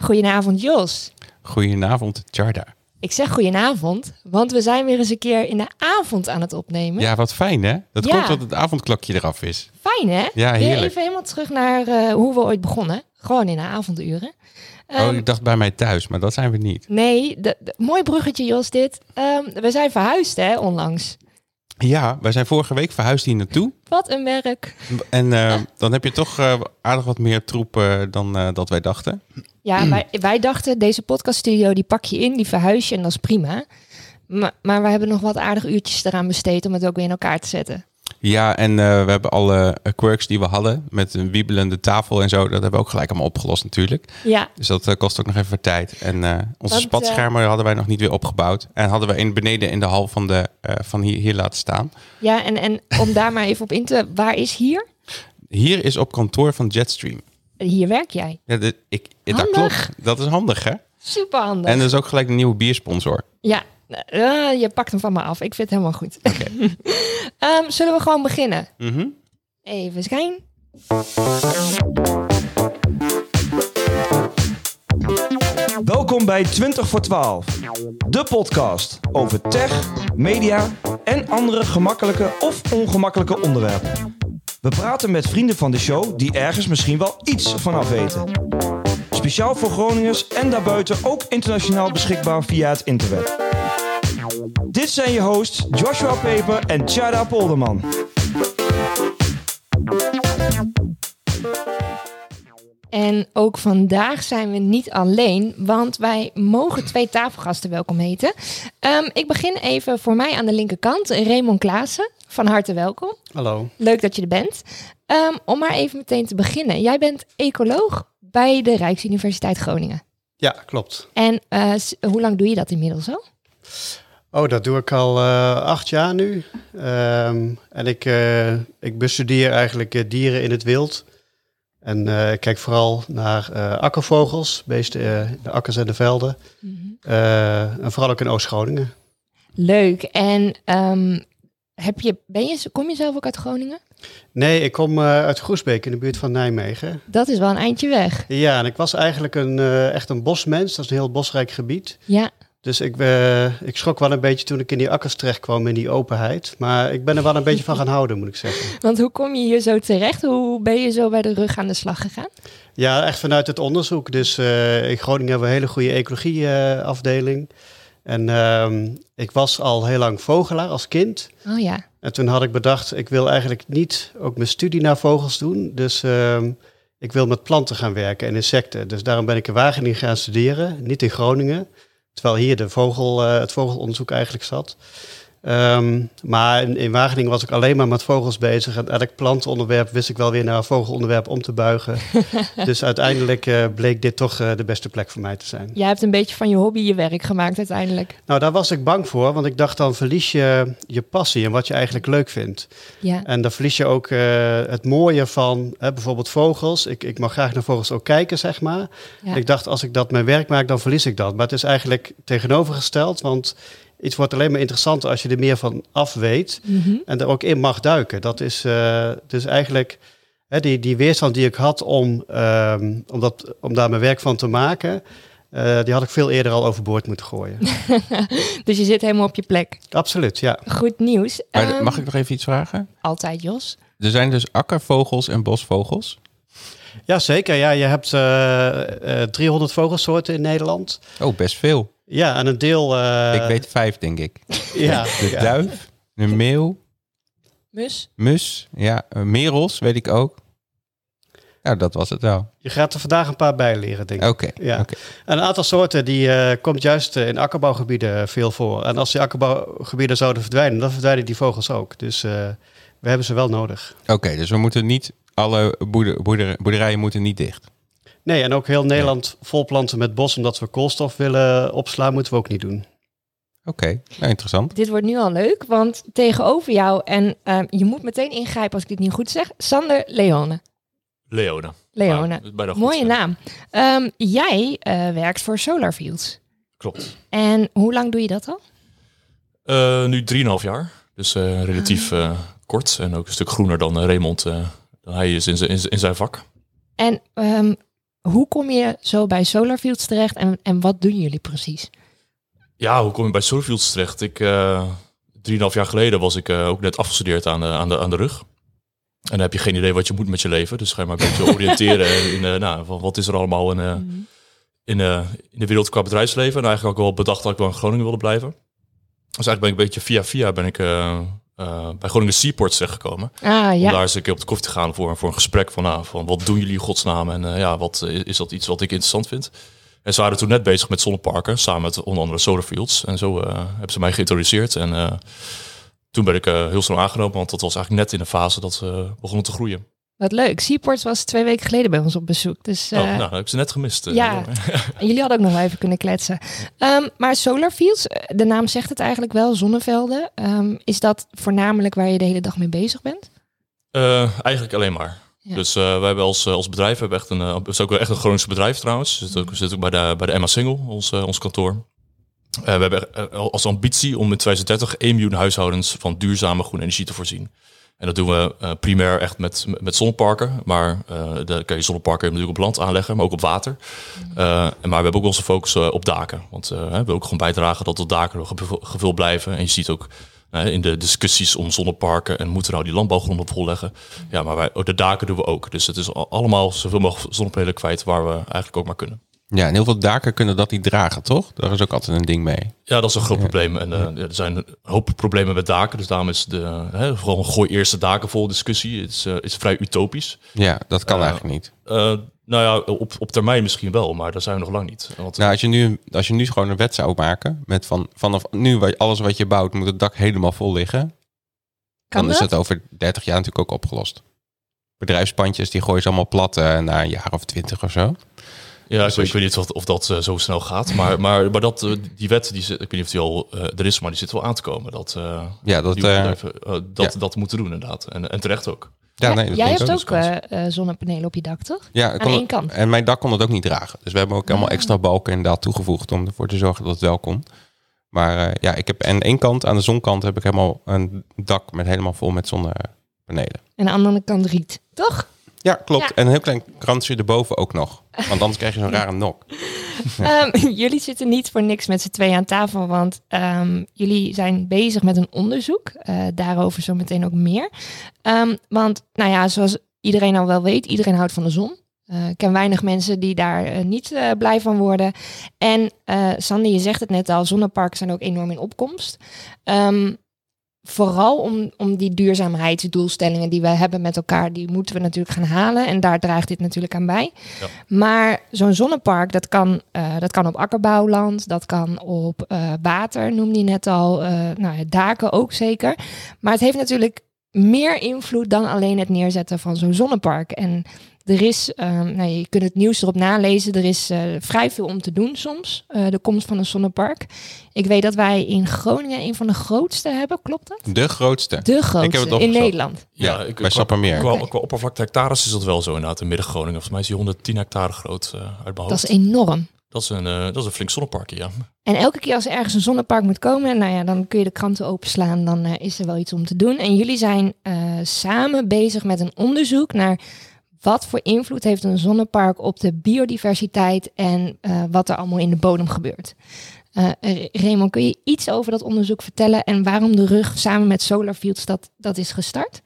Goedenavond Jos. Goedenavond Tjarda. Ik zeg goedenavond, want we zijn weer eens een keer in de avond aan het opnemen. Ja, wat fijn hè? Dat Ja. komt dat het avondklokje eraf is. Fijn hè? Ja, Weer heerlijk. even helemaal terug naar hoe we ooit begonnen. Gewoon in de avonduren. Ik dacht bij mij thuis, maar dat zijn we niet. Nee, mooi bruggetje Jos dit. We zijn verhuisd hè, onlangs. Ja, wij zijn vorige week verhuisd hier naartoe. Wat een werk. En dan heb je toch aardig wat meer troep dan dat wij dachten. Ja, wij dachten deze podcaststudio die pak je in, die verhuis je en dat is prima. Maar we hebben nog wat aardige uurtjes eraan besteed om het ook weer in elkaar te zetten. Ja, en we hebben alle quirks die we hadden met een wiebelende tafel en zo. Dat hebben we ook gelijk allemaal opgelost natuurlijk. Ja. Dus dat kost ook nog even tijd. En onze Want, spatschermen hadden wij nog niet weer opgebouwd. En hadden we beneden in de hal van hier laten staan. Ja, en om daar maar even op in te... Waar is hier? Hier is op kantoor van Jetstream. Hier werk jij. Ja, dat klopt. Dat is handig, hè? Super handig. En dat is ook gelijk een nieuwe biersponsor. Ja, je pakt hem van me af. Ik vind het helemaal goed. Oké. Zullen we gewoon beginnen? Mhm. Even schijn. Welkom bij 20 voor 12, de podcast over tech, media en andere gemakkelijke of ongemakkelijke onderwerpen. We praten met vrienden van de show die ergens misschien wel iets vanaf weten. Speciaal voor Groningers en daarbuiten ook internationaal beschikbaar via het interweb. Dit zijn je hosts Joshua Peper en Tjarda Polderman. En ook vandaag zijn we niet alleen, want wij mogen 2 tafelgasten welkom heten. Ik begin even voor mij aan de linkerkant. Raymond Klaassen, van harte welkom. Hallo. Leuk dat je er bent. Om maar even meteen te beginnen. Jij bent ecoloog bij de Rijksuniversiteit Groningen. Ja, klopt. En hoe lang doe je dat inmiddels al? Oh, dat doe ik al 8 jaar nu. En ik bestudeer eigenlijk dieren in het wild. En ik kijk vooral naar akkervogels, beesten, de akkers en de velden. Mm-hmm. En vooral ook in Oost-Groningen. Leuk. En kom je zelf ook uit Groningen? Nee, ik kom uit Groesbeek in de buurt van Nijmegen. Dat is wel een eindje weg. Ja, en ik was eigenlijk echt een bosmens. Dat is een heel bosrijk gebied. Ja. Dus ik schrok wel een beetje toen ik in die akkers terecht kwam, in die openheid. Maar ik ben er wel een beetje van gaan houden, moet ik zeggen. Want hoe kom je hier zo terecht? Hoe ben je zo bij de rug aan de slag gegaan? Ja, echt vanuit het onderzoek. Dus in Groningen hebben we een hele goede ecologieafdeling. En ik was al heel lang vogelaar als kind. Oh ja. En toen had ik bedacht, ik wil eigenlijk niet ook mijn studie naar vogels doen. Dus ik wil met planten gaan werken en insecten. Dus daarom ben ik in Wageningen gaan studeren, niet in Groningen. Terwijl hier het vogelonderzoek eigenlijk zat. Maar in Wageningen was ik alleen maar met vogels bezig. En elk plantenonderwerp wist ik wel weer naar een vogelonderwerp om te buigen. Dus uiteindelijk bleek dit toch de beste plek voor mij te zijn. Jij hebt een beetje van je hobby je werk gemaakt uiteindelijk. Nou, daar was ik bang voor. Want ik dacht, dan verlies je je passie en wat je eigenlijk leuk vindt. Ja. En dan verlies je ook het mooie van bijvoorbeeld vogels. Ik mag graag naar vogels ook kijken, zeg maar. Ja. Ik dacht, als ik dat mijn werk maak, dan verlies ik dat. Maar het is eigenlijk tegenovergesteld, want iets wordt alleen maar interessanter als je er meer van af weet Mm-hmm. en er ook in mag duiken. Dat is dus eigenlijk die weerstand die ik had om daar mijn werk van te maken, die had ik veel eerder al overboord moeten gooien. Dus je zit helemaal op je plek. Absoluut, ja. Goed nieuws. Maar mag ik nog even iets vragen? Altijd, Jos. Er zijn dus akkervogels en bosvogels. Ja, zeker. Ja, je hebt 300 vogelsoorten in Nederland. Oh, best veel. Ja, en een deel... Ik weet 5, denk ik. Ja, De duif, de meeuw, mus, merels weet ik ook. Nou, dat was het wel. Je gaat er vandaag een paar bij leren, denk ik. Oké. Ja. Oké. En een aantal soorten die komt juist in akkerbouwgebieden veel voor. En als die akkerbouwgebieden zouden verdwijnen, dan verdwijnen die vogels ook. Dus we hebben ze wel nodig. Oké, dus we moeten niet... Alle boerderijen moeten niet dicht. Nee, en ook heel Nederland volplanten met bos, omdat we koolstof willen opslaan, moeten we ook niet doen. Oké, nou interessant. Dit wordt nu al leuk, want tegenover jou, en je moet meteen ingrijpen als ik dit niet goed zeg, Sander Leone. Leone. Bijna goed, Mooie hè? naam. Jij werkt voor Solarfields. Klopt. En hoe lang doe je dat al? Nu 3,5 jaar. Dus relatief kort en ook een stuk groener dan Raymond. Dan hij is in zijn vak. En Hoe kom je zo bij Solarfields terecht en wat doen jullie precies? Ja, hoe kom je bij Solarfields terecht? 3,5 jaar geleden was ik ook net afgestudeerd aan de rug. En dan heb je geen idee wat je moet met je leven. Dus ga je maar een beetje oriënteren in van wat is er allemaal in de wereld qua bedrijfsleven. En eigenlijk ook wel bedacht dat ik wel in Groningen wilde blijven. Dus eigenlijk ben ik een beetje via bij Groningen Seaports terechtgekomen. Om daar eens een keer op de koffie te gaan voor een gesprek van wat doen jullie in godsnaam? En wat is dat iets wat ik interessant vind? En ze waren toen net bezig met zonneparken, samen met onder andere Solarfields. En zo hebben ze mij geïntroduceerd. En toen ben ik heel snel aangenomen, want dat was eigenlijk net in de fase dat ze begonnen te groeien. Wat leuk. Seaports was 2 weken geleden bij ons op bezoek. Dus, nou, heb ik ze net gemist. Ja, en jullie hadden ook nog wel even kunnen kletsen. Maar Solarfields, de naam zegt het eigenlijk wel, zonnevelden. Is dat voornamelijk waar je de hele dag mee bezig bent? Eigenlijk alleen maar. Ja. Dus wij hebben als bedrijf, het is ook echt een Groningse bedrijf trouwens. We zitten ook bij de Emma Single, ons kantoor. We hebben als ambitie om in 2030 1 miljoen huishoudens van duurzame groene energie te voorzien. En dat doen we primair echt met zonneparken. Maar dan kan je zonneparken natuurlijk op land aanleggen, maar ook op water. Maar we hebben ook onze focus op daken. Want we willen ook gewoon bijdragen dat de daken gevuld blijven. En je ziet ook in de discussies om zonneparken en moeten we nou die landbouwgronden volleggen. Ja, maar de daken doen we ook. Dus het is allemaal zoveel mogelijk zonnepanelen kwijt waar we eigenlijk ook maar kunnen. Ja, en heel veel daken kunnen dat niet dragen, toch? Daar is ook altijd een ding mee. Ja, dat is een groot probleem. En er zijn een hoop problemen met daken. Dus daarom is vooral een gooi eerste daken vol discussie. Het is vrij utopisch. Ja, dat kan eigenlijk niet. Op termijn misschien wel, maar daar zijn we nog lang niet. Want, als je nu gewoon een wet zou maken met vanaf nu alles wat je bouwt moet het dak helemaal vol liggen. Dan is het over 30 jaar natuurlijk ook opgelost. Bedrijfspandjes die gooien ze allemaal plat na een jaar of 20 of zo. Ja, ik weet niet of dat zo snel gaat. Maar die wet, ik weet niet of die al er is, maar die zit wel aan te komen. Dat moeten doen inderdaad. En terecht ook. Ja, jij hebt ook zonnepanelen op je dak, toch? Ja, aan één kant. En mijn dak kon het ook niet dragen. Dus we hebben ook allemaal extra balken inderdaad toegevoegd om ervoor te zorgen dat het wel kon. Maar ik heb aan één kant, aan de zonkant, heb ik helemaal een dak helemaal vol met zonnepanelen. En aan de andere kant riet, toch? Ja, klopt. Ja. En een heel klein kransje erboven ook nog. Want anders krijg je zo'n rare nok. Jullie zitten niet voor niks met z'n tweeën aan tafel. Want jullie zijn bezig met een onderzoek. Daarover zo meteen ook meer. Want zoals iedereen al wel weet, iedereen houdt van de zon. Ik ken weinig mensen die daar niet blij van worden. En Sandy, je zegt het net al, zonneparken zijn ook enorm in opkomst. Vooral om die duurzaamheidsdoelstellingen die we hebben met elkaar, die moeten we natuurlijk gaan halen. En daar draagt dit natuurlijk aan bij. Ja. Maar zo'n zonnepark, dat kan op akkerbouwland, dat kan op water, noemde je net al. Daken ook zeker. Maar het heeft natuurlijk meer invloed dan alleen het neerzetten van zo'n zonnepark. En er is, je kunt het nieuws erop nalezen, er is vrij veel om te doen soms, de komst van een zonnepark. Ik weet dat wij in Groningen een van de grootste hebben, klopt dat? De grootste in Nederland. Ja, bij Sappemeer. Qua oppervlakte hectares is dat wel zo inderdaad in Midden-Groningen. Volgens mij is die 110 hectare groot uit mijn hoofd. Dat is enorm. Dat is een flink zonneparkje, ja. En elke keer als er ergens een zonnepark moet komen, dan kun je de kranten openslaan, dan is er wel iets om te doen. En jullie zijn samen bezig met een onderzoek naar wat voor invloed heeft een zonnepark op de biodiversiteit en wat er allemaal in de bodem gebeurt. Raymond, kun je iets over dat onderzoek vertellen en waarom de rug samen met Solarfields dat is gestart?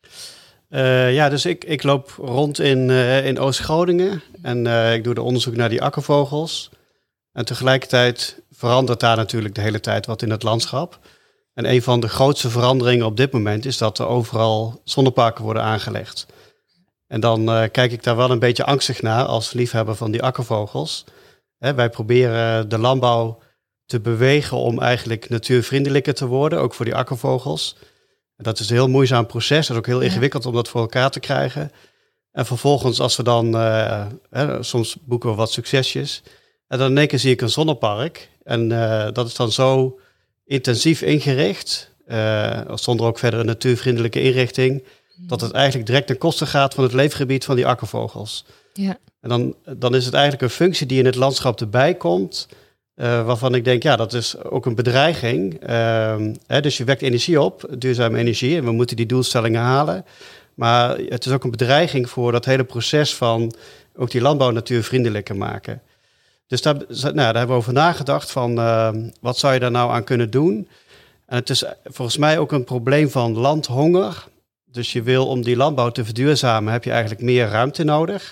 Dus ik loop rond in Oost-Groningen en ik doe de onderzoek naar die akkervogels. En tegelijkertijd verandert daar natuurlijk de hele tijd wat in het landschap. En een van de grootste veranderingen op dit moment is dat er overal zonneparken worden aangelegd. En dan kijk ik daar wel een beetje angstig naar als liefhebber van die akkervogels. Wij proberen de landbouw te bewegen om eigenlijk natuurvriendelijker te worden, ook voor die akkervogels. En dat is een heel moeizaam proces. Dat is ook heel ingewikkeld om dat voor elkaar te krijgen. En vervolgens, als we dan, soms boeken we wat succesjes. En dan in één keer zie ik een zonnepark. En dat is dan zo intensief ingericht, zonder ook verder een natuurvriendelijke inrichting, dat het eigenlijk direct ten koste gaat van het leefgebied van die akkervogels. Ja. En dan is het eigenlijk een functie die in het landschap erbij komt, waarvan ik denk, dat is ook een bedreiging. Dus je wekt energie op, duurzame energie, en we moeten die doelstellingen halen. Maar het is ook een bedreiging voor dat hele proces van ook die landbouw natuurvriendelijker maken. Dus daar hebben we over nagedacht van wat zou je daar nou aan kunnen doen? En het is volgens mij ook een probleem van landhonger. Dus je wil om die landbouw te verduurzamen heb je eigenlijk meer ruimte nodig.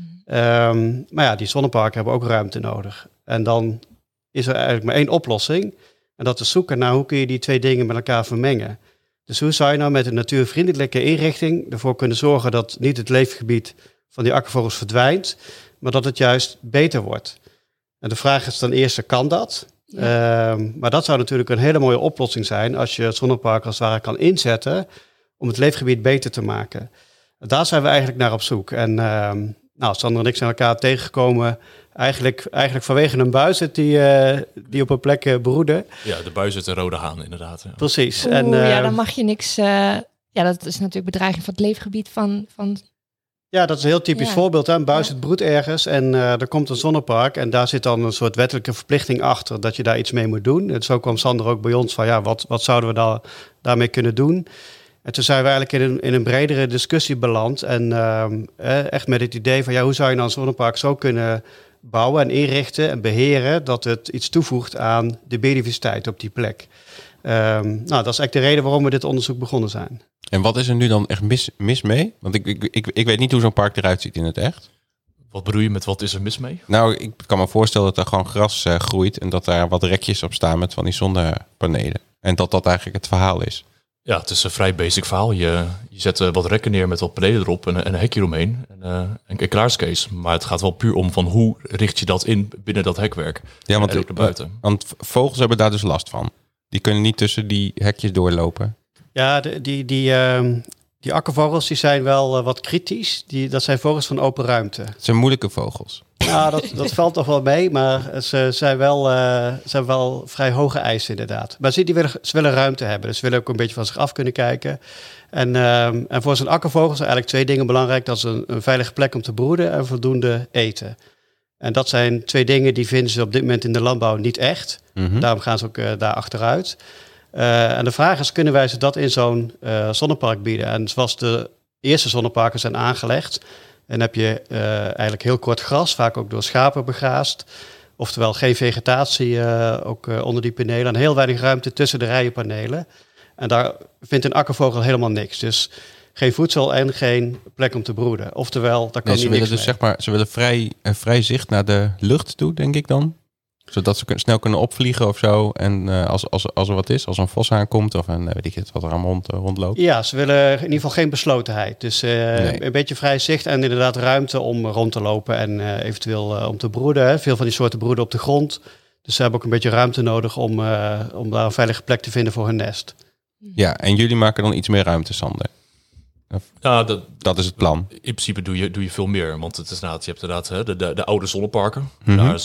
Maar ja, die zonneparken hebben ook ruimte nodig. En dan is er eigenlijk maar één oplossing. En dat is zoeken naar hoe kun je die twee dingen met elkaar vermengen. Dus hoe zou je nou met een natuurvriendelijke inrichting ervoor kunnen zorgen dat niet het leefgebied van die akkervogels verdwijnt, maar dat het juist beter wordt. En de vraag is dan eerst, kan dat? Ja. Maar dat zou natuurlijk een hele mooie oplossing zijn als je het zonnepark als het ware kan inzetten om het leefgebied beter te maken. Daar zijn we eigenlijk naar op zoek. En Sander en ik zijn elkaar tegengekomen eigenlijk vanwege een buizerd die op een plek broedde. Ja, de buizerd en rode haan inderdaad. Ja. Precies. Dan mag je niks... dat is natuurlijk bedreiging van het leefgebied van... Ja, dat is een heel typisch voorbeeld. Hè? Een buizerd broedt ergens en er komt een zonnepark en daar zit dan een soort wettelijke verplichting achter dat je daar iets mee moet doen. En zo kwam Sander ook bij ons van wat zouden we daarmee kunnen doen? En toen zijn we eigenlijk in een bredere discussie beland en echt met het idee van hoe zou je nou een zonnepark zo kunnen bouwen en inrichten en beheren dat het iets toevoegt aan de biodiversiteit op die plek. Dat is eigenlijk de reden waarom we dit onderzoek begonnen zijn. En wat is er nu dan echt mis mee? Want ik weet niet hoe zo'n park eruit ziet in het echt. Wat bedoel je met wat is er mis mee? Nou, ik kan me voorstellen dat er gewoon gras groeit en dat daar wat rekjes op staan met van die zonnepanelen. En dat eigenlijk het verhaal is. Ja, het is een vrij basic verhaal. Je zet wat rekken neer met wat panelen erop en een hekje eromheen. En klaar is Kees. Maar het gaat wel puur om van hoe richt je dat in binnen dat hekwerk. Ja, want vogels hebben daar dus last van. Die kunnen niet tussen die hekjes doorlopen. Ja, die akkervogels die zijn wel wat kritisch. Dat zijn vogels van open ruimte. Het zijn moeilijke vogels. Nou, dat valt toch wel mee, maar ze zijn wel vrij hoge eisen inderdaad. Maar ze willen ruimte hebben, dus ze willen ook een beetje van zich af kunnen kijken. En voor zo'n akkervogel zijn eigenlijk twee dingen belangrijk. Dat is een veilige plek om te broeden en voldoende eten. En dat zijn twee dingen die vinden ze op dit moment in de landbouw niet echt. Mm-hmm. Daarom gaan ze ook daar achteruit. En de vraag is, kunnen wij ze dat in zo'n zonnepark bieden? En zoals de eerste zonneparken zijn aangelegd, en heb je eigenlijk heel kort gras, vaak ook door schapen begraasd. Oftewel geen vegetatie ook onder die panelen. En heel weinig ruimte tussen de rijen panelen. En daar vindt een akkervogel helemaal niks. Dus geen voedsel en geen plek om te broeden. Oftewel, daar kan niet niks mee. Zeg maar, ze willen vrij zicht naar de lucht toe, denk ik dan. Zodat ze snel kunnen opvliegen of zo. En als er wat is, als een vos aankomt of weet ik het, wat er allemaal rondloopt. Ja, ze willen in ieder geval geen beslotenheid. Dus een beetje vrij zicht en inderdaad ruimte om rond te lopen en eventueel om te broeden. Hè. Veel van die soorten broeden op de grond. Dus ze hebben ook een beetje ruimte nodig om daar een veilige plek te vinden voor hun nest. Ja, en jullie maken dan iets meer ruimte, Sander. Ja, dat is het plan. In principe doe je veel meer. Want het is je hebt inderdaad de oude zonneparken. Mm-hmm. Daar is,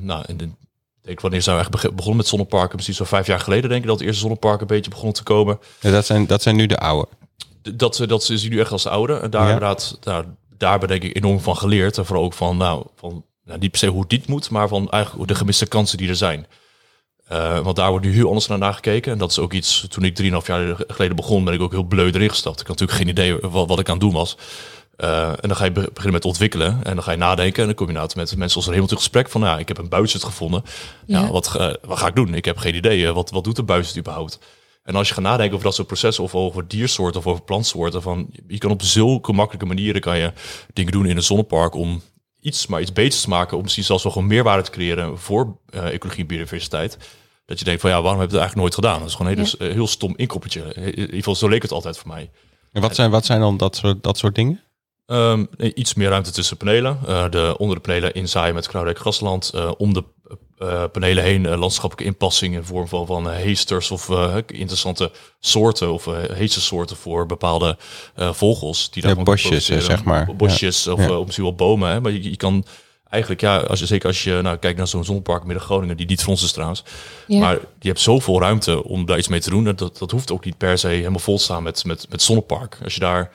wanneer zijn we eigenlijk begonnen met zonneparken? Misschien zo 5 jaar geleden denk ik dat het eerste zonnepark een beetje begonnen te komen. Ja, dat zijn nu de oude. Dat zie nu echt als de oude. En daar inderdaad, daar ben ik enorm van geleerd. En vooral ook van niet per se hoe dit moet, maar van eigenlijk de gemiste kansen die er zijn. Want daar wordt nu heel anders naar gekeken. En dat is ook iets, toen ik 3,5 jaar geleden begon, ben ik ook heel bleu erin gestapt. Ik had natuurlijk geen idee wat ik aan het doen was. En dan ga je beginnen met ontwikkelen. En dan ga je nadenken. En dan kom je met mensen als er helemaal in gesprek van, ik heb een buizerd gevonden. Ja, wat ga ik doen? Ik heb geen idee. Wat doet een buizerd überhaupt? En als je gaat nadenken over dat soort processen, of over diersoorten of over plantsoorten, je kan op zulke makkelijke manieren dingen doen in een zonnepark om iets beters te maken, om misschien zelfs wel gewoon meerwaarde te creëren voor ecologie en biodiversiteit. Dat je denkt van waarom heb je het eigenlijk nooit gedaan? Dat is gewoon een heel stom inkoppertje. In ieder geval, zo leek het altijd voor mij. En wat zijn dan dat soort dingen? Iets meer ruimte tussen panelen. Onder de panelen inzaaien met knauwdijk grasland. Om de panelen heen landschappelijke inpassing in vorm van heesters of interessante soorten of heetse soorten voor bepaalde vogels. Die daar bosjes, zeg maar. Bosjes of misschien wel bomen. Hè. Maar je kan eigenlijk, als je kijkt naar zo'n zonnepark midden Groningen, die niet van ons is trouwens. Ja. Maar je hebt zoveel ruimte om daar iets mee te doen. Dat hoeft ook niet per se helemaal vol te staan met zonnepark. Als je daar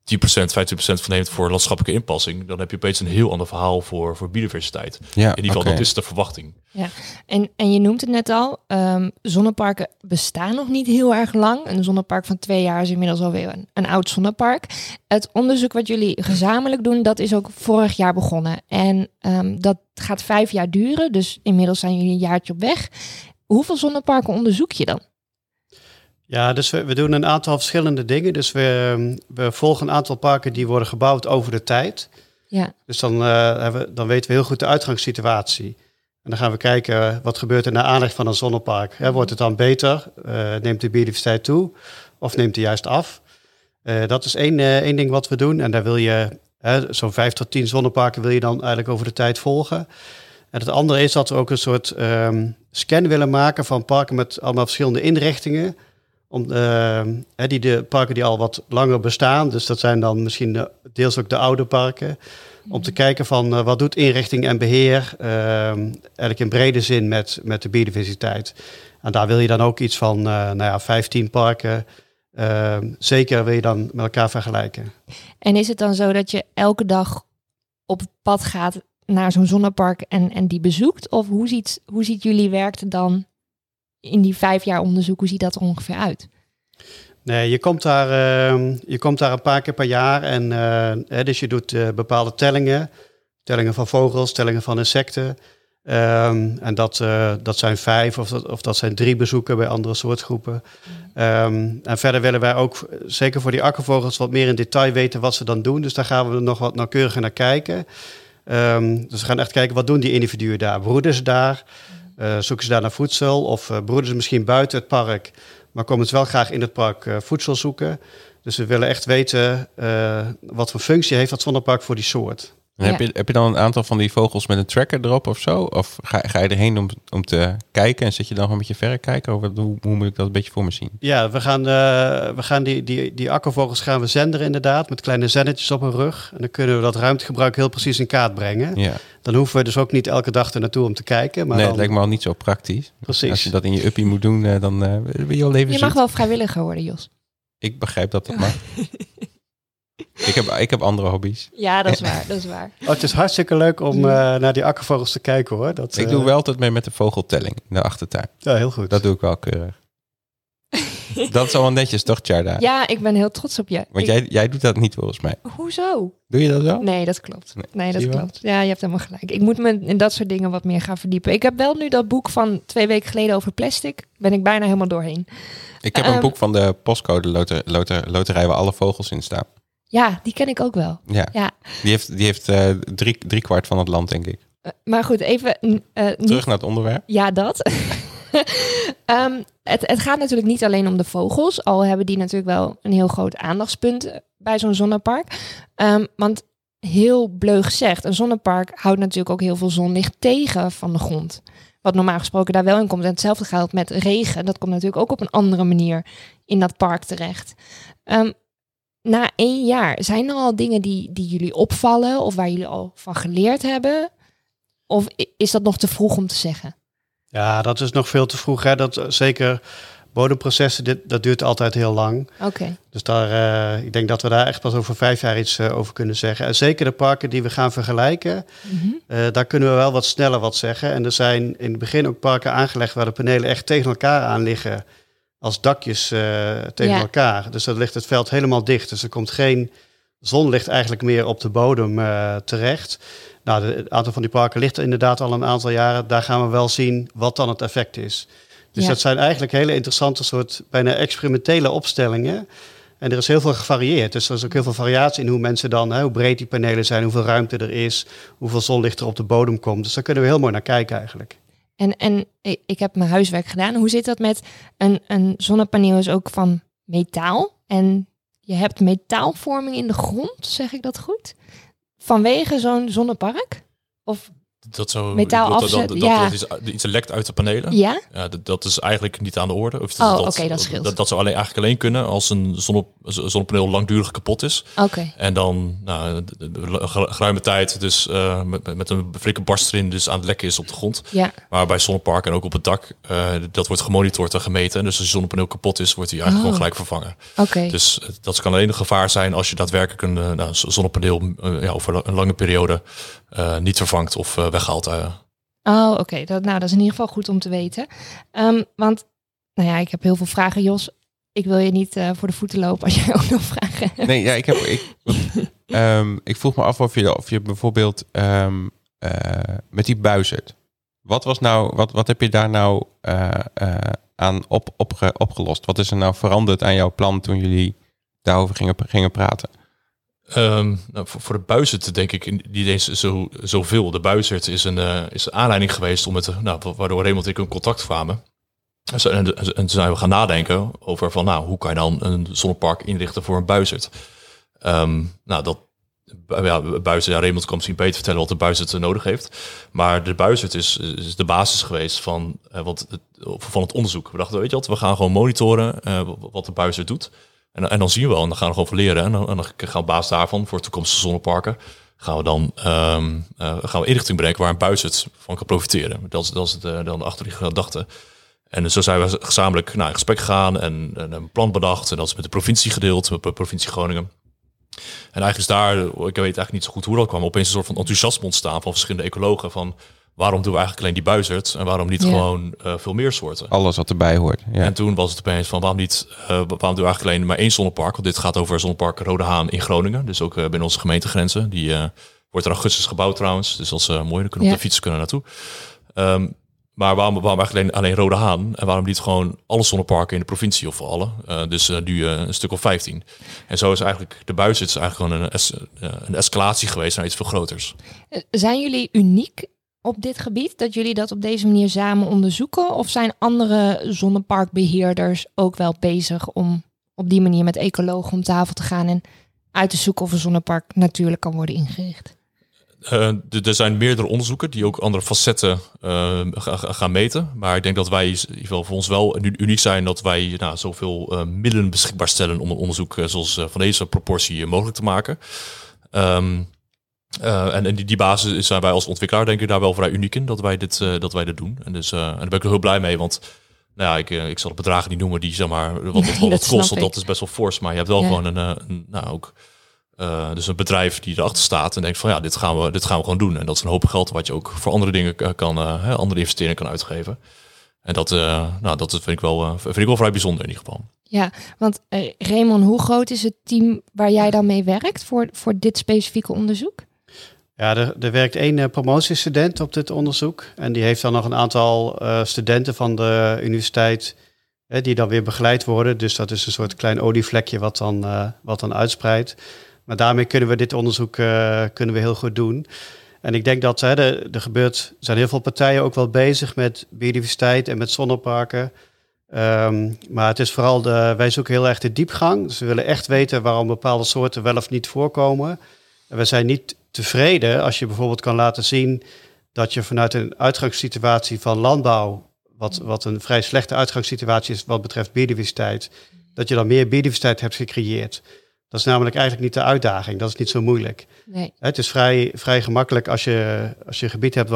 van neemt voor landschappelijke inpassing, dan heb je opeens een heel ander verhaal voor biodiversiteit. Ja, in ieder geval, dat is de verwachting. Ja, en je noemt het net al, zonneparken bestaan nog niet heel erg lang. Een zonnepark van 2 jaar is inmiddels alweer een oud zonnepark. Het onderzoek wat jullie gezamenlijk doen, dat is ook vorig jaar begonnen. En dat gaat 5 jaar duren, dus inmiddels zijn jullie een jaartje op weg. Hoeveel zonneparken onderzoek je dan? Ja, dus we doen een aantal verschillende dingen. Dus we volgen een aantal parken die worden gebouwd over de tijd. Ja. Dus dan weten we heel goed de uitgangssituatie. En dan gaan we kijken wat gebeurt er na aanleg van een zonnepark. Wordt het dan beter? Neemt de biodiversiteit toe? Of neemt die juist af? Dat is één ding wat we doen. En daar wil je zo'n 5 tot 10 zonneparken wil je dan eigenlijk over de tijd volgen. En het andere is dat we ook een soort scan willen maken van parken met allemaal verschillende inrichtingen. De parken die al wat langer bestaan. Dus dat zijn dan misschien deels ook de oude parken. Om te kijken van wat doet inrichting en beheer eigenlijk in brede zin met de biodiversiteit. En daar wil je dan ook iets van 15 parken. Zeker wil je dan met elkaar vergelijken. En is het dan zo dat je elke dag op pad gaat naar zo'n zonnepark en die bezoekt? Of hoe ziet jullie werk er dan in die 5 jaar onderzoek? Hoe ziet dat er ongeveer uit? Nee, je komt daar een paar keer per jaar. En dus je doet bepaalde tellingen. Tellingen van vogels, tellingen van insecten. En dat zijn 5 of dat zijn 3 bezoeken bij andere soortgroepen. En verder willen wij ook, zeker voor die akkervogels, wat meer in detail weten wat ze dan doen. Dus daar gaan we nog wat nauwkeuriger naar kijken. Dus we gaan echt kijken, wat doen die individuen daar? Broeden ze daar? Zoeken ze daar naar voedsel? Of broeden ze misschien buiten het park, maar komen ze wel graag in het park voedsel zoeken? Dus we willen echt weten wat voor functie heeft dat zonnepark voor die soort. En heb je dan een aantal van die vogels met een tracker erop of zo? Of ga je erheen om te kijken en zit je dan gewoon met je verrekijker? Of hoe moet ik dat een beetje voor me zien? Ja, we gaan die akkervogels gaan we zenderen inderdaad, met kleine zennetjes op hun rug. En dan kunnen we dat ruimtegebruik heel precies in kaart brengen. Ja. Dan hoeven we dus ook niet elke dag er naartoe om te kijken. Maar nee, het lijkt me al niet zo praktisch. Precies. Als je dat in je uppie moet doen, dan wil je al even Je mag wel vrijwilliger worden, Jos. Ik begrijp dat mag. Ik heb andere hobby's. Ja, dat is waar. Oh, het is hartstikke leuk om naar die akkervogels te kijken, hoor. Ik doe wel altijd mee met de vogeltelling in de achtertuin. Ja, heel goed. Dat doe ik wel keurig. Dat is al wel netjes, toch, Tjarda? Ja, ik ben heel trots op je. Want jij doet dat niet, volgens mij. Hoezo? Doe je dat wel? Nee, dat klopt. Nee, dat klopt. Ja, je hebt helemaal gelijk. Ik moet me in dat soort dingen wat meer gaan verdiepen. Ik heb wel nu dat boek van 2 weken geleden over plastic. Ben ik bijna helemaal doorheen. Ik heb een boek van de postcode loterij waar alle vogels in staan. Ja, die ken ik ook wel. Ja. Die heeft 3/4 van het land, denk ik. Maar goed, even... Terug naar het onderwerp. Ja, dat. Het gaat natuurlijk niet alleen om de vogels. Al hebben die natuurlijk wel een heel groot aandachtspunt bij zo'n zonnepark. Want heel bleug gezegd, een zonnepark houdt natuurlijk ook heel veel zonlicht tegen van de grond. Wat normaal gesproken daar wel in komt. En hetzelfde geldt met regen. Dat komt natuurlijk ook op een andere manier in dat park terecht. Na 1 jaar, zijn er al dingen die jullie opvallen of waar jullie al van geleerd hebben? Of is dat nog te vroeg om te zeggen? Ja, dat is nog veel te vroeg. Hè? Dat, zeker bodemprocessen, dat duurt altijd heel lang. Oké. Dus ik denk dat we daar echt pas over 5 jaar iets over kunnen zeggen. En zeker de parken die we gaan vergelijken, daar kunnen we wel wat sneller wat zeggen. En er zijn in het begin ook parken aangelegd waar de panelen echt tegen elkaar aan liggen. Als dakjes tegen elkaar. Dus dan ligt het veld helemaal dicht. Dus er komt geen zonlicht eigenlijk meer op de bodem terecht. Nou, het aantal van die parken ligt inderdaad al een aantal jaren. Daar gaan we wel zien wat dan het effect is. Dus dat zijn eigenlijk hele interessante soort bijna experimentele opstellingen. En er is heel veel gevarieerd. Dus er is ook heel veel variatie in hoe mensen dan, hoe breed die panelen zijn, hoeveel ruimte er is, hoeveel zonlicht er op de bodem komt. Dus daar kunnen we heel mooi naar kijken eigenlijk. En ik heb mijn huiswerk gedaan. Hoe zit dat met een zonnepaneel is ook van metaal. En je hebt metaalvorming in de grond, zeg ik dat goed? Vanwege zo'n zonnepark? Of Metaal afzet, dat iets lekt uit de panelen. Ja? Dat is eigenlijk niet aan de orde. Of dat scheelt. Dat zou eigenlijk alleen kunnen als een zonnepaneel langdurig kapot is. Oké. En dan geruime tijd dus met een flinke barst erin dus aan het lekken is op de grond. Ja. Maar bij zonneparken en ook op het dak, dat wordt gemonitord en gemeten. En dus als je zonnepaneel kapot is, wordt hij eigenlijk gewoon gelijk vervangen. Oké. Dus dat kan alleen een gevaar zijn als je daadwerkelijk een zonnepaneel over een lange periode niet vervangt of weghaalt. Oké. Dat is in ieder geval goed om te weten. Want, ik heb heel veel vragen, Jos. Ik wil je niet voor de voeten lopen als jij ook nog vragen hebt. Nee, ik vroeg me af of je bijvoorbeeld met die buizerd. Wat heb je daar nou aan opgelost? Wat is er nou veranderd aan jouw plan toen jullie daarover gingen praten? Voor de buizerd denk ik niet eens zoveel. De buizerd is een aanleiding geweest om waardoor Raymond en ik in contact kwamen. En toen zijn we gaan nadenken over hoe kan je dan een zonnepark inrichten voor een buizerd. Buizerd, Raymond kan misschien beter vertellen wat de buizerd nodig heeft. Maar de buizerd is de basis geweest van het onderzoek. We dachten, we gaan gewoon monitoren wat de buizerd doet. En dan zien we wel, en dan gaan we gewoon leren. En dan gaan we op basis daarvan voor toekomstige zonneparken gaan we dan inrichting brengen waar een buizerd van kan profiteren. Dat is dan de achterliggende gedachte. En zo zijn we gezamenlijk in gesprek gegaan en een plan bedacht. En dat is met de provincie gedeeld, met de provincie Groningen. En eigenlijk is daar, ik weet eigenlijk niet zo goed hoe dat kwam, opeens een soort van enthousiasme ontstaan van verschillende ecologen. Van waarom doen we eigenlijk alleen die buizerd en waarom niet gewoon veel meer soorten? Alles wat erbij hoort. Ja. En toen was het opeens van waarom doen we eigenlijk alleen maar één zonnepark? Want dit gaat over zonnepark Rode Haan in Groningen. Dus ook binnen onze gemeentegrenzen. Die wordt in augustus gebouwd trouwens. Dus dat is mooi, dan kunnen we op de fiets naartoe. Maar waarom eigenlijk alleen Rode Haan? En waarom niet gewoon alle zonneparken in de provincie of alle? Dus nu een stuk of 15. En zo is eigenlijk de buizerd eigenlijk gewoon een escalatie geweest naar iets veel groters. Zijn jullie uniek op dit gebied? Dat jullie dat op deze manier samen onderzoeken? Of zijn andere zonneparkbeheerders ook wel bezig om op die manier met ecologen om tafel te gaan en uit te zoeken of een zonnepark natuurlijk kan worden ingericht? Er zijn meerdere onderzoeken die ook andere facetten gaan meten. Maar ik denk dat wij in ieder geval voor ons wel uniek zijn dat wij zoveel middelen beschikbaar stellen om een onderzoek zoals van deze proportie mogelijk te maken. En die basis zijn wij als ontwikkelaar denk ik daar wel vrij uniek in dat wij dit doen. En dus en daar ben ik er heel blij mee, want ik zal de bedragen niet noemen die zeg maar wat het kost, want dat is best wel fors. Maar je hebt wel gewoon dus een bedrijf die erachter staat en denkt van dit gaan we gewoon doen. En dat is een hoop geld wat je ook voor andere dingen andere investeringen kan uitgeven. En dat vind ik wel vrij bijzonder in ieder geval. Ja, want Raymond, hoe groot is het team waar jij dan mee werkt voor dit specifieke onderzoek? Ja, er werkt 1 promotiestudent op dit onderzoek. En die heeft dan nog een aantal studenten van de universiteit die dan weer begeleid worden. Dus dat is een soort klein olievlekje wat dan uitspreidt. Maar daarmee kunnen we dit onderzoek heel goed doen. En ik denk dat er zijn heel veel partijen ook wel bezig met biodiversiteit en met zonneparken. Maar het is vooral wij zoeken heel erg de diepgang. Dus we willen echt weten waarom bepaalde soorten wel of niet voorkomen. En we zijn niet tevreden als je bijvoorbeeld kan laten zien dat je vanuit een uitgangssituatie van landbouw, wat een vrij slechte uitgangssituatie is wat betreft biodiversiteit, dat je dan meer biodiversiteit hebt gecreëerd. Dat is namelijk eigenlijk niet de uitdaging. Dat is niet zo moeilijk. Nee. Het is vrij gemakkelijk als je een gebied hebt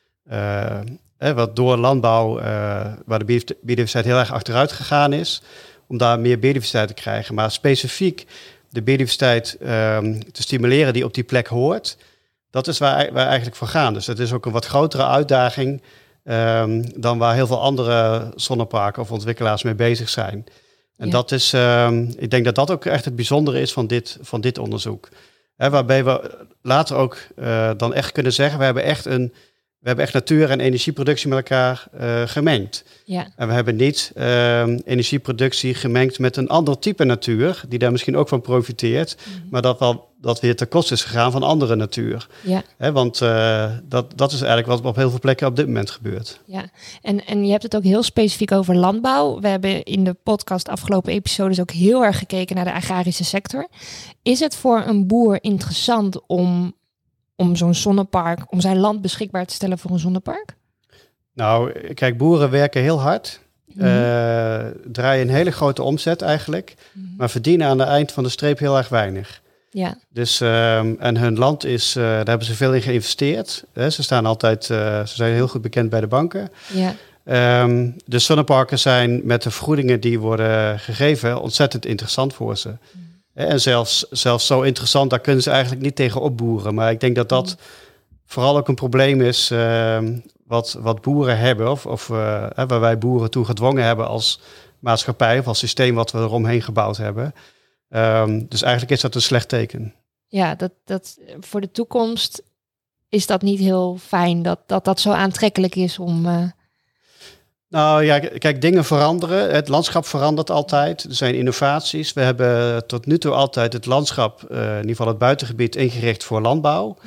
wat door landbouw, waar de biodiversiteit heel erg achteruit gegaan is, om daar meer biodiversiteit te krijgen. Maar specifiek de biodiversiteit te stimuleren die op die plek hoort, dat is waar eigenlijk voor gaan. Dus dat is ook een wat grotere uitdaging dan waar heel veel andere zonneparken of ontwikkelaars mee bezig zijn. En dat is, ik denk dat dat ook echt het bijzondere is van dit onderzoek. Waarbij we later ook dan echt kunnen zeggen, we hebben echt natuur en energieproductie met elkaar gemengd. Ja. En we hebben niet energieproductie gemengd met een ander type natuur, die daar misschien ook van profiteert, maar dat weer ten koste is gegaan van andere natuur. Ja. Want dat is eigenlijk wat op heel veel plekken op dit moment gebeurt. Ja, en je hebt het ook heel specifiek over landbouw. We hebben in de podcast afgelopen episodes ook heel erg gekeken naar de agrarische sector. Is het voor een boer interessant om om zo'n zonnepark, om zijn land beschikbaar te stellen voor een zonnepark? Nou, kijk, boeren werken heel hard. Draaien een hele grote omzet eigenlijk. Maar verdienen aan het eind van de streep heel erg weinig. Ja. Dus, en hun land is, daar hebben ze veel in geïnvesteerd. Ze staan altijd, ze zijn heel goed bekend bij de banken. Ja. De zonneparken zijn met de vergoedingen die worden gegeven ontzettend interessant voor ze. En zelfs zo interessant, daar kunnen ze eigenlijk niet tegen opboeren. Maar ik denk dat dat vooral ook een probleem is wat boeren hebben. Of waar wij boeren toe gedwongen hebben als maatschappij of als systeem wat we eromheen gebouwd hebben. Dus eigenlijk is dat een slecht teken. Ja, dat voor de toekomst is dat niet heel fijn dat zo aantrekkelijk is om... Nou ja, kijk, dingen veranderen. Het landschap verandert altijd. Er zijn innovaties. We hebben tot nu toe altijd het landschap, in ieder geval het buitengebied, ingericht voor landbouw.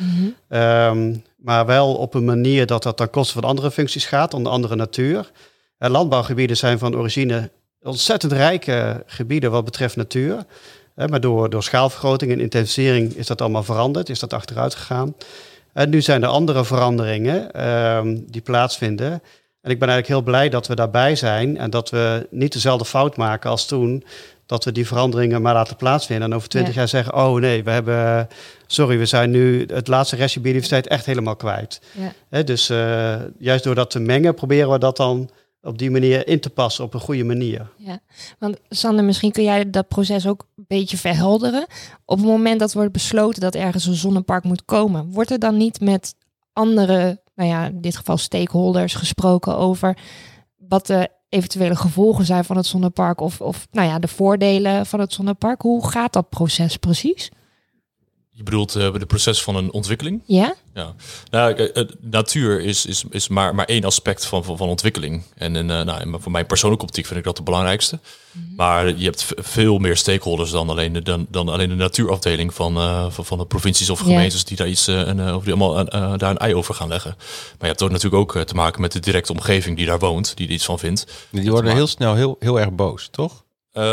Maar wel op een manier dat ten koste van andere functies gaat, onder andere natuur. Landbouwgebieden zijn van origine ontzettend rijke gebieden wat betreft natuur. Maar door schaalvergroting en intensivering is dat allemaal veranderd, is dat achteruit gegaan. En nu zijn er andere veranderingen die plaatsvinden. En ik ben eigenlijk heel blij dat we daarbij zijn en dat we niet dezelfde fout maken als toen, dat we die veranderingen maar laten plaatsvinden en over 20 jaar zeggen, oh nee, we zijn nu het laatste restje biodiversiteit echt helemaal kwijt. Ja. Dus juist door dat te mengen proberen we dat dan op die manier in te passen op een goede manier. Ja, want Sander, misschien kun jij dat proces ook een beetje verhelderen. Op het moment dat wordt besloten dat ergens een zonnepark moet komen, wordt er dan niet met andere, in dit geval stakeholders, gesproken over wat de eventuele gevolgen zijn van het zonnepark of de voordelen van het zonnepark? Hoe gaat dat proces precies? Je bedoelt de proces van een ontwikkeling? Ja. Ja. Nou, natuur is maar één aspect van ontwikkeling. En voor mijn persoonlijke optiek vind ik dat de belangrijkste. Maar je hebt veel meer stakeholders dan alleen de natuurafdeling van de provincies of gemeentes die daar iets of die allemaal daar een ei over gaan leggen. Maar je hebt ook natuurlijk ook te maken met de directe omgeving die daar woont, die er iets van vindt. Die worden heel snel heel erg boos, toch?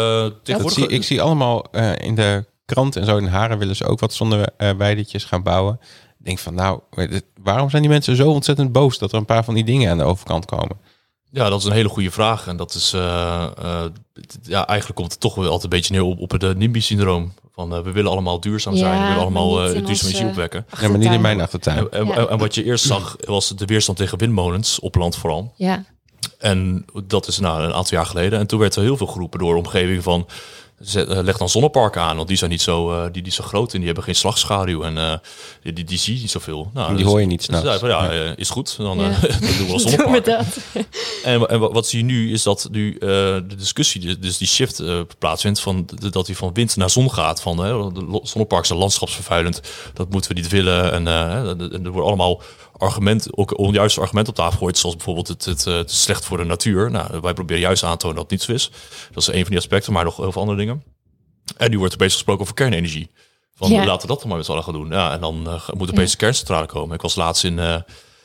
Ik zie allemaal in de krant en zo in Haren willen ze ook wat zonneweidetjes gaan bouwen. Ik denk van waarom zijn die mensen zo ontzettend boos dat er een paar van die dingen aan de overkant komen? Ja, dat is een hele goede vraag. En dat is eigenlijk komt het toch wel altijd een beetje neer op het NIMBY-syndroom. Van we willen allemaal duurzaam zijn, we willen allemaal duurzame energie opwekken. Ja, maar niet in mijn achtertuin. En wat je eerst zag was de weerstand tegen windmolens op land vooral. Ja. En dat is een aantal jaar geleden. En toen werd er heel veel geroepen door de omgeving van leg dan zonneparken aan, want die zijn niet zo, die zo groot en die hebben geen slagschaduw en die zie je niet zoveel. Nou, die hoor je niet snel. Is goed, dan doen we wel zonneparken. En wat zie je nu is dat nu de discussie, dus die shift plaatsvindt dat hij van wind naar zon gaat. Van de zonneparken zijn landschapsvervuilend, dat moeten we niet willen. En er worden allemaal ook onjuiste argumenten op tafel gegooid, zoals bijvoorbeeld het slecht voor de natuur. Nou, wij proberen juist aan te tonen dat het niet zo is. Dat is een van die aspecten, maar nog heel veel andere dingen. En nu wordt er bezig gesproken over kernenergie. Laten we dat dan maar met z'n allen gaan doen. Ja, en dan moet opeens een kerncentrale komen. Ik was laatst bij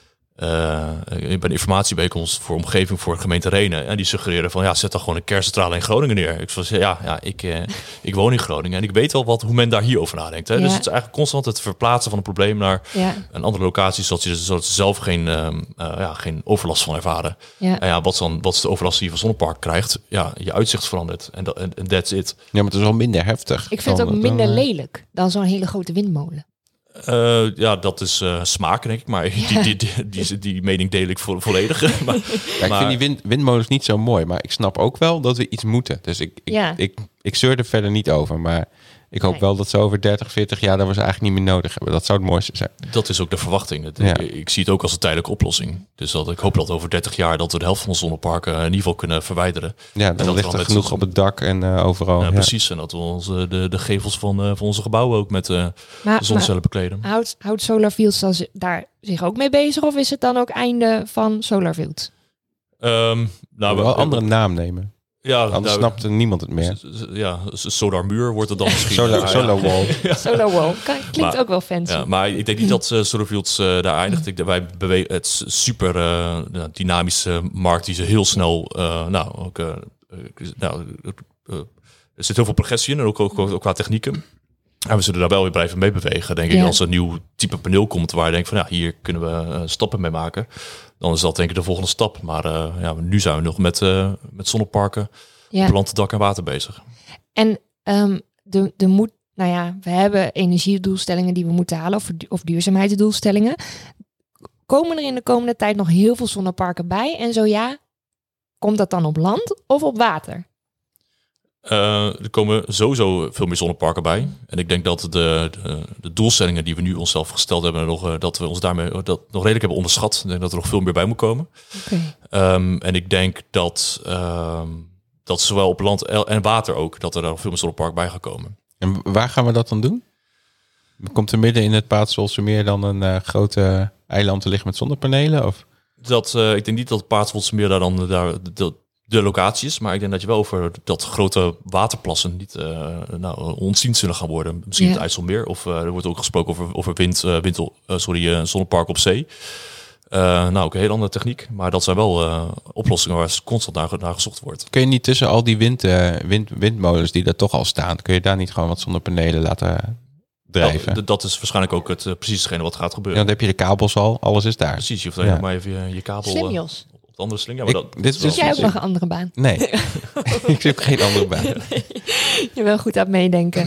een informatiebijeenkomst voor omgeving voor gemeente Renen. En die suggereren van zet dan gewoon een kerncentrale in Groningen neer. Ik was ik woon in Groningen en ik weet wel hoe men daar hier over nadenkt. Hè? Ja. Dus het is eigenlijk constant het verplaatsen van een probleem naar een andere locatie, zodat ze zelf geen overlast van ervaren. Ja. En wat is de overlast die je van zonnepark krijgt? Ja, je uitzicht verandert en that's it. Ja, maar het is wel minder heftig. Ik vind het ook minder lelijk dan zo'n hele grote windmolen. Dat is smaak, denk ik. Maar die mening deel ik volledig. Ik vind die windmolens niet zo mooi. Maar ik snap ook wel dat we iets moeten. Dus ik zeur er verder niet over. Maar ik hoop wel dat ze over 30, 40 jaar dat we ze eigenlijk niet meer nodig hebben. Dat zou het mooiste zijn. Dat is ook de verwachting. Ik zie het ook als een tijdelijke oplossing. Dus ik hoop dat over 30 jaar dat we de helft van de zonneparken in ieder geval kunnen verwijderen. Ja, dan ligt er genoeg op het dak en overal. Ja, precies. En dat we de gevels van onze gebouwen ook met zonnecellen bekleden. Houdt Solarfields daar zich ook mee bezig? Of is het dan ook einde van Solarfields? We wel een andere naam nemen. Ja, anders snapt niemand het meer. Ja, Solarmuur wordt het dan misschien. Solarwall. Solarwall. Klinkt ook wel fancy. Ja, maar ik denk niet dat Solarfields daar eindigt. Wij bewegen het super dynamische markt die ze heel snel er zit heel veel progressie in en ook qua technieken. En we zullen daar wel weer blijven mee bewegen. Denk ik, als er een nieuw type paneel komt waar je denkt van hier kunnen we stappen mee maken. Dan is dat denk ik de volgende stap. Maar nu zijn we nog met zonneparken, plantendak en water bezig. En we hebben energiedoelstellingen die we moeten halen of duurzaamheidsdoelstellingen. Komen er in de komende tijd nog heel veel zonneparken bij? En zo ja, komt dat dan op land of op water? Er komen sowieso veel meer zonneparken bij. En ik denk dat de doelstellingen die we nu onszelf gesteld hebben, dat we ons daarmee nog redelijk hebben onderschat. Ik denk dat er nog veel meer bij moet komen. Okay. En ik denk dat zowel op land en water ook, dat er nog veel meer zonneparken bij gaan komen. En waar gaan we dat dan doen? Komt er midden in het Paterswoldse Meer dan een grote eiland te liggen met zonnepanelen? Of? Ik denk niet dat het Paterswoldse Meer de locatie is, maar ik denk dat je wel over dat grote waterplassen niet ontzien zullen gaan worden. Misschien het IJsselmeer, of er wordt ook gesproken over een zonnepark op zee. Ook een heel andere techniek, maar dat zijn wel oplossingen waar constant naar gezocht wordt. Kun je niet tussen al die windmolens die er toch al staan, kun je daar niet gewoon wat zonnepanelen laten drijven? Dat is waarschijnlijk ook precies hetgene wat gaat gebeuren. Ja, dan heb je de kabels al, alles is daar. Precies, je hoeft alleen maar even je kabel... Slim, Jos. Op de andere sling. Ja, Zoek jij ook nog een andere baan? Nee, ik zoek geen andere baan. Nee. Je bent goed aan het meedenken.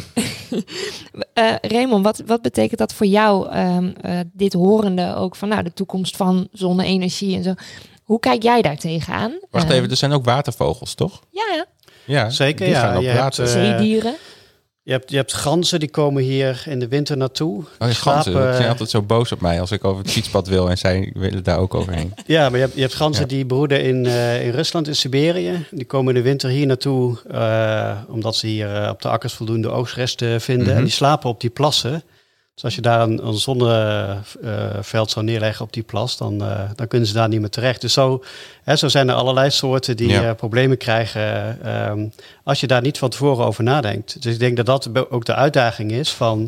Raymond, wat betekent dat voor jou, dit horende ook van de toekomst van zonne-energie en zo? Hoe kijk jij daar tegenaan? Wacht even, er zijn ook watervogels, toch? Ja, zeker. Die gaan op water. Zeedieren. Je hebt ganzen, die komen hier in de winter naartoe. Ganzen, die zijn altijd zo boos op mij als ik over het fietspad wil en zij willen daar ook overheen. Ja, maar je hebt ganzen die broeden in Rusland, in Siberië. Die komen in de winter hier naartoe, omdat ze hier op de akkers voldoende oogstresten vinden. Mm-hmm. En die slapen op die plassen. Dus als je daar een zonneveld zou neerleggen op die plas, dan kunnen ze daar niet meer terecht. Dus zo zijn er allerlei soorten die problemen krijgen als je daar niet van tevoren over nadenkt. Dus ik denk dat dat ook de uitdaging is van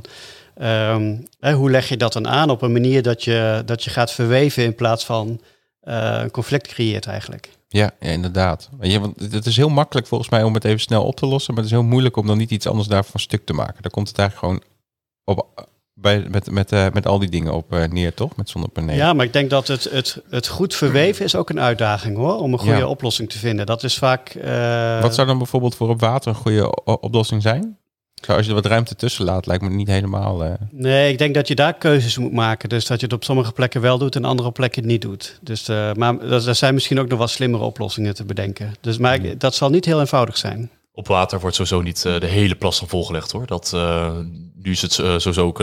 hoe leg je dat dan aan op een manier dat je gaat verweven in plaats van een conflict creëert eigenlijk. Ja, inderdaad. Want het is heel makkelijk volgens mij om het even snel op te lossen, maar het is heel moeilijk om dan niet iets anders daarvan stuk te maken. Daar komt het eigenlijk gewoon op... Met al die dingen op neer, toch? Met zonnepanelen. Ja, maar ik denk dat het goed verweven is ook een uitdaging, hoor. Om een goede oplossing te vinden. Dat is vaak... Wat zou dan bijvoorbeeld voor op water een goede oplossing zijn? Als je er wat ruimte tussen laat, lijkt me niet helemaal... Nee, ik denk dat je daar keuzes moet maken. Dus dat je het op sommige plekken wel doet en andere plekken niet doet. Dus, maar er zijn misschien ook nog wat slimmere oplossingen te bedenken. Dus, maar dat zal niet heel eenvoudig zijn. Op water wordt sowieso niet de hele plas van volgelegd, hoor. Nu is het sowieso ook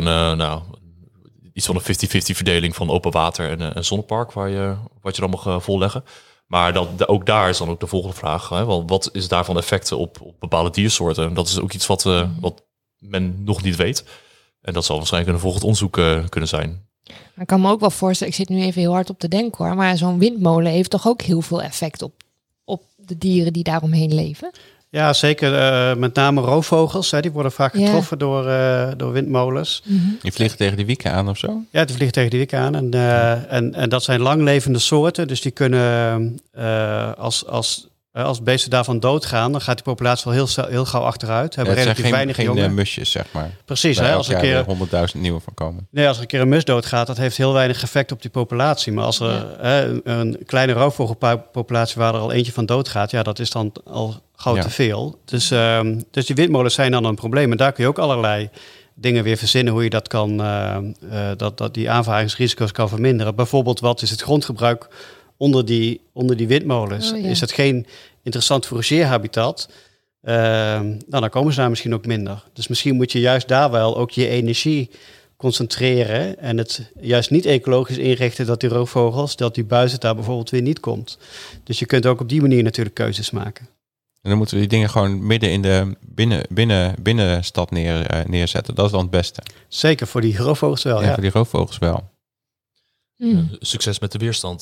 iets van een 50-50 verdeling van open water en zonnepark, wat je dan mag volleggen. Maar ook daar is dan ook de volgende vraag. Wat is daarvan effecten op bepaalde diersoorten? En dat is ook iets wat men nog niet weet. En dat zal waarschijnlijk een volgend onderzoek kunnen zijn. Maar ik kan me ook wel voorstellen, ik zit nu even heel hard op te denken, hoor. Maar zo'n windmolen heeft toch ook heel veel effect op de dieren die daaromheen leven? Ja, zeker. Met name roofvogels. Die worden vaak getroffen door windmolens. Mm-hmm. Die vliegen tegen die wieken aan of zo? Ja, die vliegen tegen die wieken aan. En dat zijn langlevende soorten. Dus die kunnen, als beesten daarvan doodgaan, dan gaat die populatie wel heel gauw achteruit. Hebben relatief weinig jongen. Geen musjes, zeg maar. Precies. Als er een keer 100.000 nieuwe van komen. Nee, als er een keer een mus doodgaat, dat heeft heel weinig effect op die populatie. Maar als er een kleine roofvogelpopulatie waar er al eentje van doodgaat, dat is dan al gauw te veel. Dus die windmolens zijn dan een probleem. En daar kun je ook allerlei dingen weer verzinnen hoe je dat kan, dat die aanvaringsrisico's kan verminderen. Bijvoorbeeld, wat is het grondgebruik onder die windmolens? Is dat geen interessant fourageerhabitat? Dan komen ze daar misschien ook minder. Dus misschien moet je juist daar wel ook je energie concentreren en het juist niet ecologisch inrichten dat die roofvogels, dat die buizerd daar bijvoorbeeld weer niet komt. Dus je kunt ook op die manier natuurlijk keuzes maken. En dan moeten we die dingen gewoon midden in de binnenstad neerzetten. Dat is dan het beste. Zeker, voor die roofvogels wel. Ja, voor die roofvogels wel. Succes met de weerstand.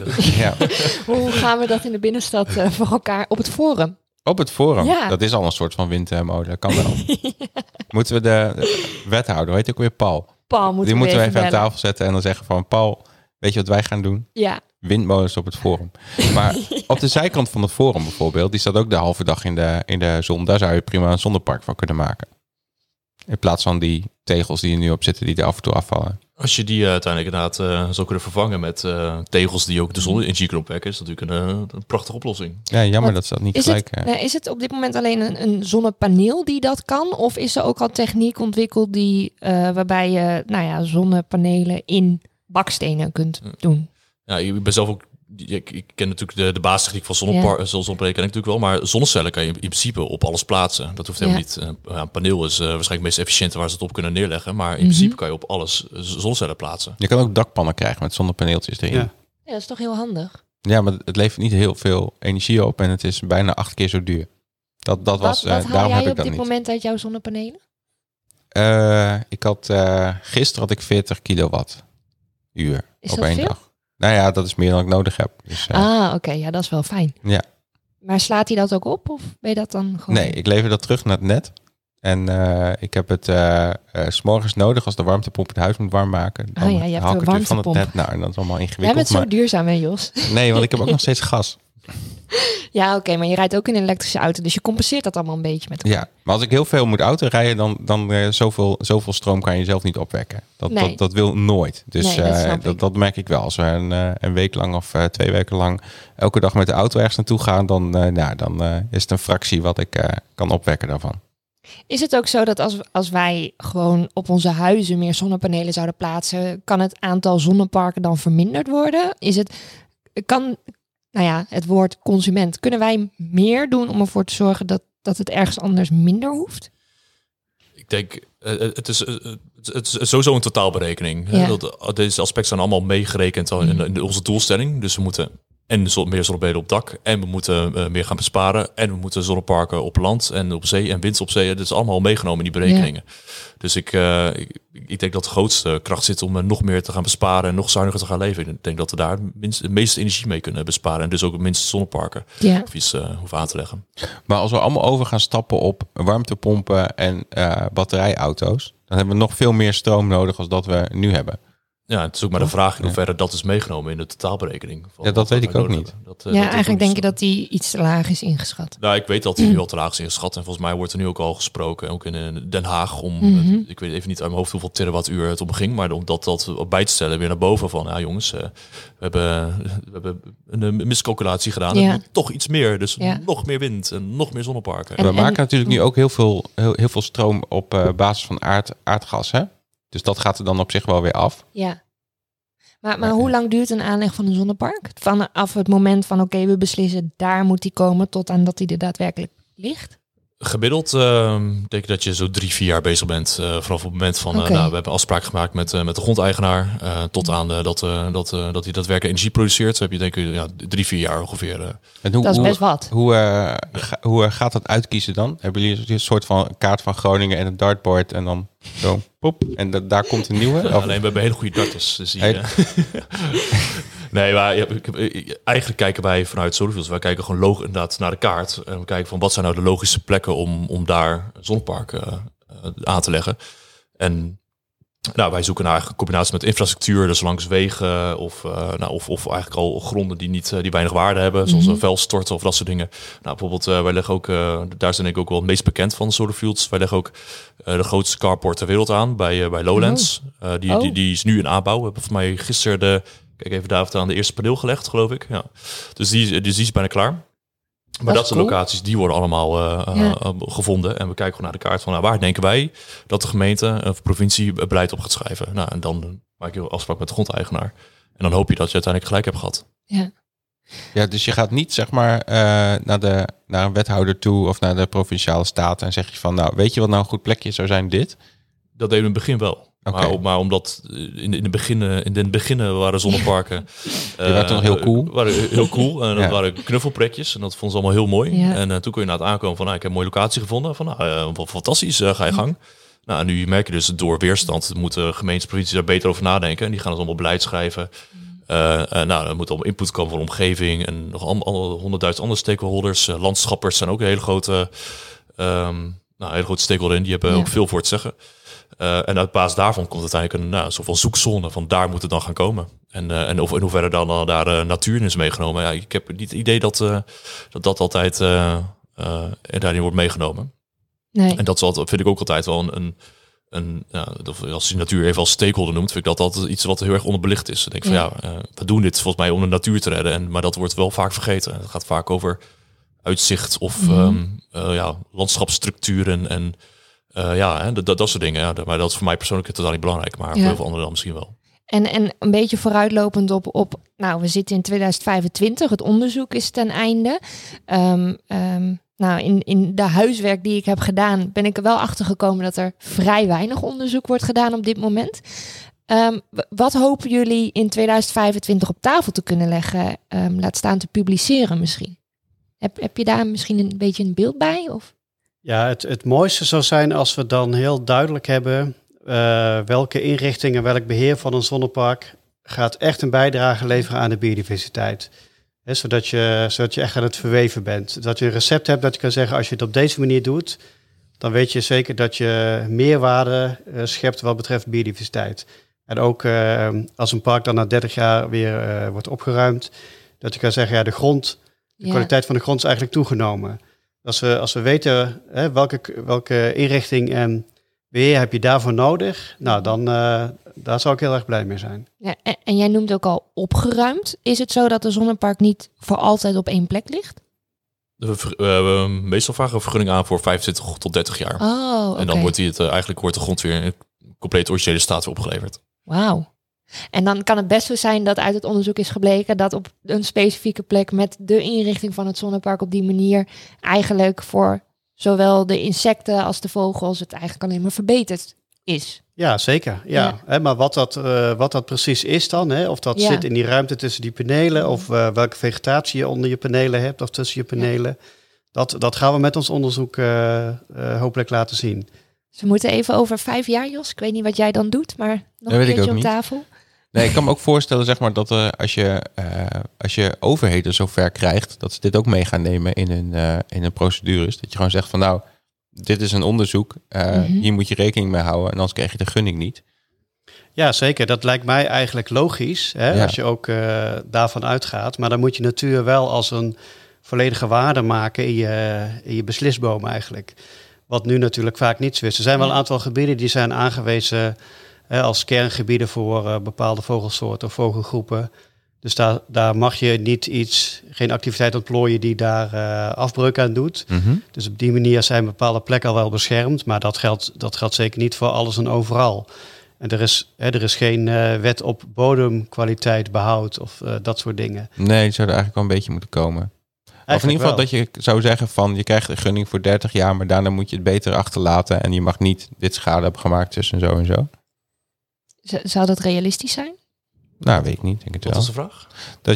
Hoe gaan we dat in de binnenstad voor elkaar op het Forum? Op het Forum? Ja. Dat is al een soort van windmolen. Kan wel. Moeten we de wethouder, weet ik ook weer, Paul. Die moeten we even aan tafel zetten en dan zeggen van Paul, weet je wat wij gaan doen? Ja. Windmolens op het Forum. Maar op de zijkant van het Forum bijvoorbeeld, die staat ook de halve dag in de zon. Daar zou je prima een zonnepark van kunnen maken. In plaats van die tegels die er nu op zitten, die er af en toe afvallen. Als je die uiteindelijk inderdaad zou kunnen vervangen met tegels die ook de zonne-energie kunnen opwekken, is dat natuurlijk een prachtige oplossing. Ja, jammer dat ze dat niet gelijk... Is het op dit moment alleen een zonnepaneel die dat kan? Of is er ook al techniek ontwikkeld waarbij je zonnepanelen in bakstenen kunt doen? Ja, ik ben zelf ook... Ik ken natuurlijk de basistechniek van zonnepanelen ken ik natuurlijk wel, maar zonnecellen kan je in principe op alles plaatsen. Dat hoeft helemaal niet. Een paneel is waarschijnlijk het meest efficiënte waar ze het op kunnen neerleggen, maar in principe kan je op alles zonnecellen plaatsen. Je kan ook dakpannen krijgen met zonnepaneeltjes erin. Ja. Dat is toch heel handig? Ja, maar het levert niet heel veel energie op en het is bijna 8 keer zo duur. Wat haal jij op dit moment uit jouw zonnepanelen? Gisteren had ik 40 kilowattuur Is op dat 1 veel? dag. Nou ja, dat is meer dan ik nodig heb. Dus, Oké. Ja, dat is wel fijn. Ja. Maar slaat hij dat ook op of ben je dat dan gewoon... Nee, ik lever dat terug naar het net. En ik heb het 's morgens nodig als de warmtepomp het huis moet warm maken. Dan je hebt haal een ik het weer van het warmtepomp. net. Nou, en dat is allemaal Jij ingewikkeld. bent zo duurzaam, hè, Jos? Nee, want ik heb ook nog steeds gas. Ja, oké, maar je rijdt ook in een elektrische auto, dus je compenseert dat allemaal een beetje met elkaar. Ja, maar als ik heel veel moet autorijden, dan zoveel stroom kan je zelf niet opwekken. Dat wil nooit. Dus dat merk ik wel. Als we een week lang of 2 weken lang elke dag met de auto ergens naartoe gaan, dan is het een fractie wat ik kan opwekken daarvan. Is het ook zo dat als wij gewoon op onze huizen meer zonnepanelen zouden plaatsen, kan het aantal zonneparken dan verminderd worden? Het woord consument, kunnen wij meer doen om ervoor te zorgen dat het ergens anders minder hoeft? Ik denk, het is sowieso een totaalberekening. Ja. Deze aspecten zijn allemaal meegerekend in onze doelstelling. Dus we moeten meer zonnepanelen op dak. En we moeten meer gaan besparen. En we moeten zonneparken op land en op zee en wind op zee. Dat is allemaal meegenomen in die berekeningen. Ja. Dus ik denk dat de grootste kracht zit om nog meer te gaan besparen en nog zuiniger te gaan leven. Ik denk dat we daar de meeste energie mee kunnen besparen. En dus ook het minste zonneparken of iets hoeven aan te leggen. Maar als we allemaal over gaan stappen op warmtepompen en batterijauto's, dan hebben we nog veel meer stroom nodig als dat we nu hebben. Ja, het is ook maar de vraag in hoeverre dat is meegenomen in de totaalberekening. Ja, dat weet ik ook niet. Eigenlijk denk je dat die iets te laag is ingeschat. Nou, ik weet dat die nu al te laag is ingeschat. En volgens mij wordt er nu ook al gesproken, ook in Den Haag, om, ik weet even niet uit mijn hoofd hoeveel terawattuur het om ging, maar om dat bij te stellen weer naar boven van, ja jongens, we hebben een miscalculatie gedaan. Het moet toch iets meer, dus nog meer wind en nog meer zonneparken. We maken natuurlijk nu ook heel veel stroom op basis van aardgas, hè? Dus dat gaat er dan op zich wel weer af. Ja. Maar hoe lang duurt een aanleg van een zonnepark? Vanaf het moment van we beslissen daar moet die komen tot aan dat die er daadwerkelijk ligt? Gemiddeld denk ik dat je zo 3-4 jaar bezig bent. Vanaf het moment van we hebben afspraak gemaakt met de grondeigenaar. Tot aan dat hij daadwerkelijk energie produceert. Dan heb je denk ik 3-4 jaar ongeveer. Dat is best wat. Hoe gaat dat uitkiezen dan? Hebben jullie een soort van kaart van Groningen en een dartboard en dan zo pop en daar komt een nieuwe? Nee, we hebben hele goede darters. Dus nee, maar eigenlijk kijken wij vanuit Solarfields. Wij kijken gewoon inderdaad naar de kaart. En we kijken van wat zijn nou de logische plekken om daar zonneparken aan te leggen. En wij zoeken naar een combinatie met infrastructuur, dus langs wegen of eigenlijk al gronden die weinig waarde hebben, zoals een vuilstorten of dat soort dingen. Bijvoorbeeld, wij leggen ook, daar zijn ik ook wel het meest bekend van Solarfields. Wij leggen ook de grootste carport ter wereld aan bij Lowlands. Die is nu in aanbouw. We hebben volgens mij gisteren aan de eerste paneel gelegd, geloof ik. Ja. Dus die is bijna klaar. Maar dat soort locaties, die worden allemaal gevonden. En we kijken gewoon naar de kaart van waar denken wij dat de gemeente of provincie beleid op gaat schrijven. En dan maak je een afspraak met de grondeigenaar. En dan hoop je dat je uiteindelijk gelijk hebt gehad. Ja, dus je gaat niet zeg maar naar een wethouder toe of naar de provinciale staten en zeg je van weet je wat nou een goed plekje zou zijn dit? Dat deden we in het begin wel. Okay. Maar omdat in de beginnen waren zonneparken... Die waren toen nog heel cool. Waren heel cool. En dat waren knuffelprojectjes. En dat vonden ze allemaal heel mooi. Ja. En toen kon je na het aankomen van... ik heb een mooie locatie gevonden. Van fantastisch, ga je gang. En nu merk je dus door weerstand... moeten gemeentes, provincies daar beter over nadenken. En die gaan dus allemaal beleid schrijven. Er moet allemaal input komen van de omgeving. En nog 100.000 andere stakeholders. Landschappers zijn ook een hele grote stakeholder in. Die hebben ook veel voor te zeggen. En uit basis daarvan komt uiteindelijk een soort van zoekzone van daar moet het dan gaan komen. En in hoeverre dan daar natuur in is meegenomen. Ja, ik heb niet het idee dat altijd daarin wordt meegenomen. Nee. En dat vind ik ook altijd wel een als je natuur even als stakeholder noemt, vind ik dat altijd iets wat heel erg onderbelicht is. Dan denk ik we doen dit volgens mij om de natuur te redden. Maar dat wordt wel vaak vergeten. Het gaat vaak over uitzicht of landschapsstructuren en dat soort dingen. Ja. Maar dat is voor mij persoonlijk totaal niet belangrijk. Maar voor heel veel anderen dan misschien wel. En een beetje vooruitlopend op we zitten in 2025. Het onderzoek is ten einde. In de huiswerk die ik heb gedaan, ben ik er wel achter gekomen dat er vrij weinig onderzoek wordt gedaan op dit moment. Wat hopen jullie in 2025 op tafel te kunnen leggen? Laat staan te publiceren misschien. Heb je daar misschien een beetje een beeld bij? Of? Ja, het mooiste zou zijn als we dan heel duidelijk hebben welke inrichting en welk beheer van een zonnepark gaat echt een bijdrage leveren aan de biodiversiteit. Zodat je echt aan het verweven bent. Dat je een recept hebt dat je kan zeggen, als je het op deze manier doet, dan weet je zeker dat je meerwaarde schept wat betreft biodiversiteit. En ook als een park dan na 30 jaar weer wordt opgeruimd, dat je kan zeggen, de kwaliteit van de grond is eigenlijk toegenomen. Als we weten welke inrichting en beheer heb je daarvoor nodig, dan daar zou ik heel erg blij mee zijn. Ja, en jij noemt ook al opgeruimd. Is het zo dat de zonnepark niet voor altijd op één plek ligt? Meestal vragen we vergunning aan voor 25 tot 30 jaar. Oh, okay. En dan wordt de grond weer in compleet originele staat weer opgeleverd. Wauw. En dan kan het best zo zijn dat uit het onderzoek is gebleken dat op een specifieke plek met de inrichting van het zonnepark op die manier eigenlijk voor zowel de insecten als de vogels het eigenlijk alleen maar verbeterd is. Ja, zeker. Ja. Maar wat dat precies is dan, of dat zit in die ruimte tussen die panelen, of welke vegetatie je onder je panelen hebt of tussen je panelen, dat gaan we met ons onderzoek hopelijk laten zien. Ze moeten even over 5 jaar, Jos. Ik weet niet wat jij dan doet, maar nog een keertje op tafel. Nee, ik kan me ook voorstellen, zeg maar, dat als je overheden zover krijgt, dat ze dit ook mee gaan nemen in hun procedures. Dat je gewoon zegt van dit is een onderzoek, hier moet je rekening mee houden en anders krijg je de gunning niet. Ja, zeker. Dat lijkt mij eigenlijk logisch, als je ook daarvan uitgaat. Maar dan moet je natuur wel als een volledige waarde maken in je beslisboom eigenlijk. Wat nu natuurlijk vaak niet zo is. Er zijn wel een aantal gebieden die zijn aangewezen als kerngebieden voor bepaalde vogelsoorten of vogelgroepen. Dus daar mag je geen activiteit ontplooien die daar afbreuk aan doet. Mm-hmm. Dus op die manier zijn bepaalde plekken al wel beschermd. Maar dat geldt zeker niet voor alles en overal. En er is geen wet op bodemkwaliteit, behoud of dat soort dingen. Nee, die zou er eigenlijk wel een beetje moeten komen. Of in ieder geval dat je zou zeggen van je krijgt een gunning voor 30 jaar, maar daarna moet je het beter achterlaten en je mag niet dit schade hebben gemaakt tussen zo en zo. Zou dat realistisch zijn? Nou, weet ik niet. Denk het wel. Wat is de vraag?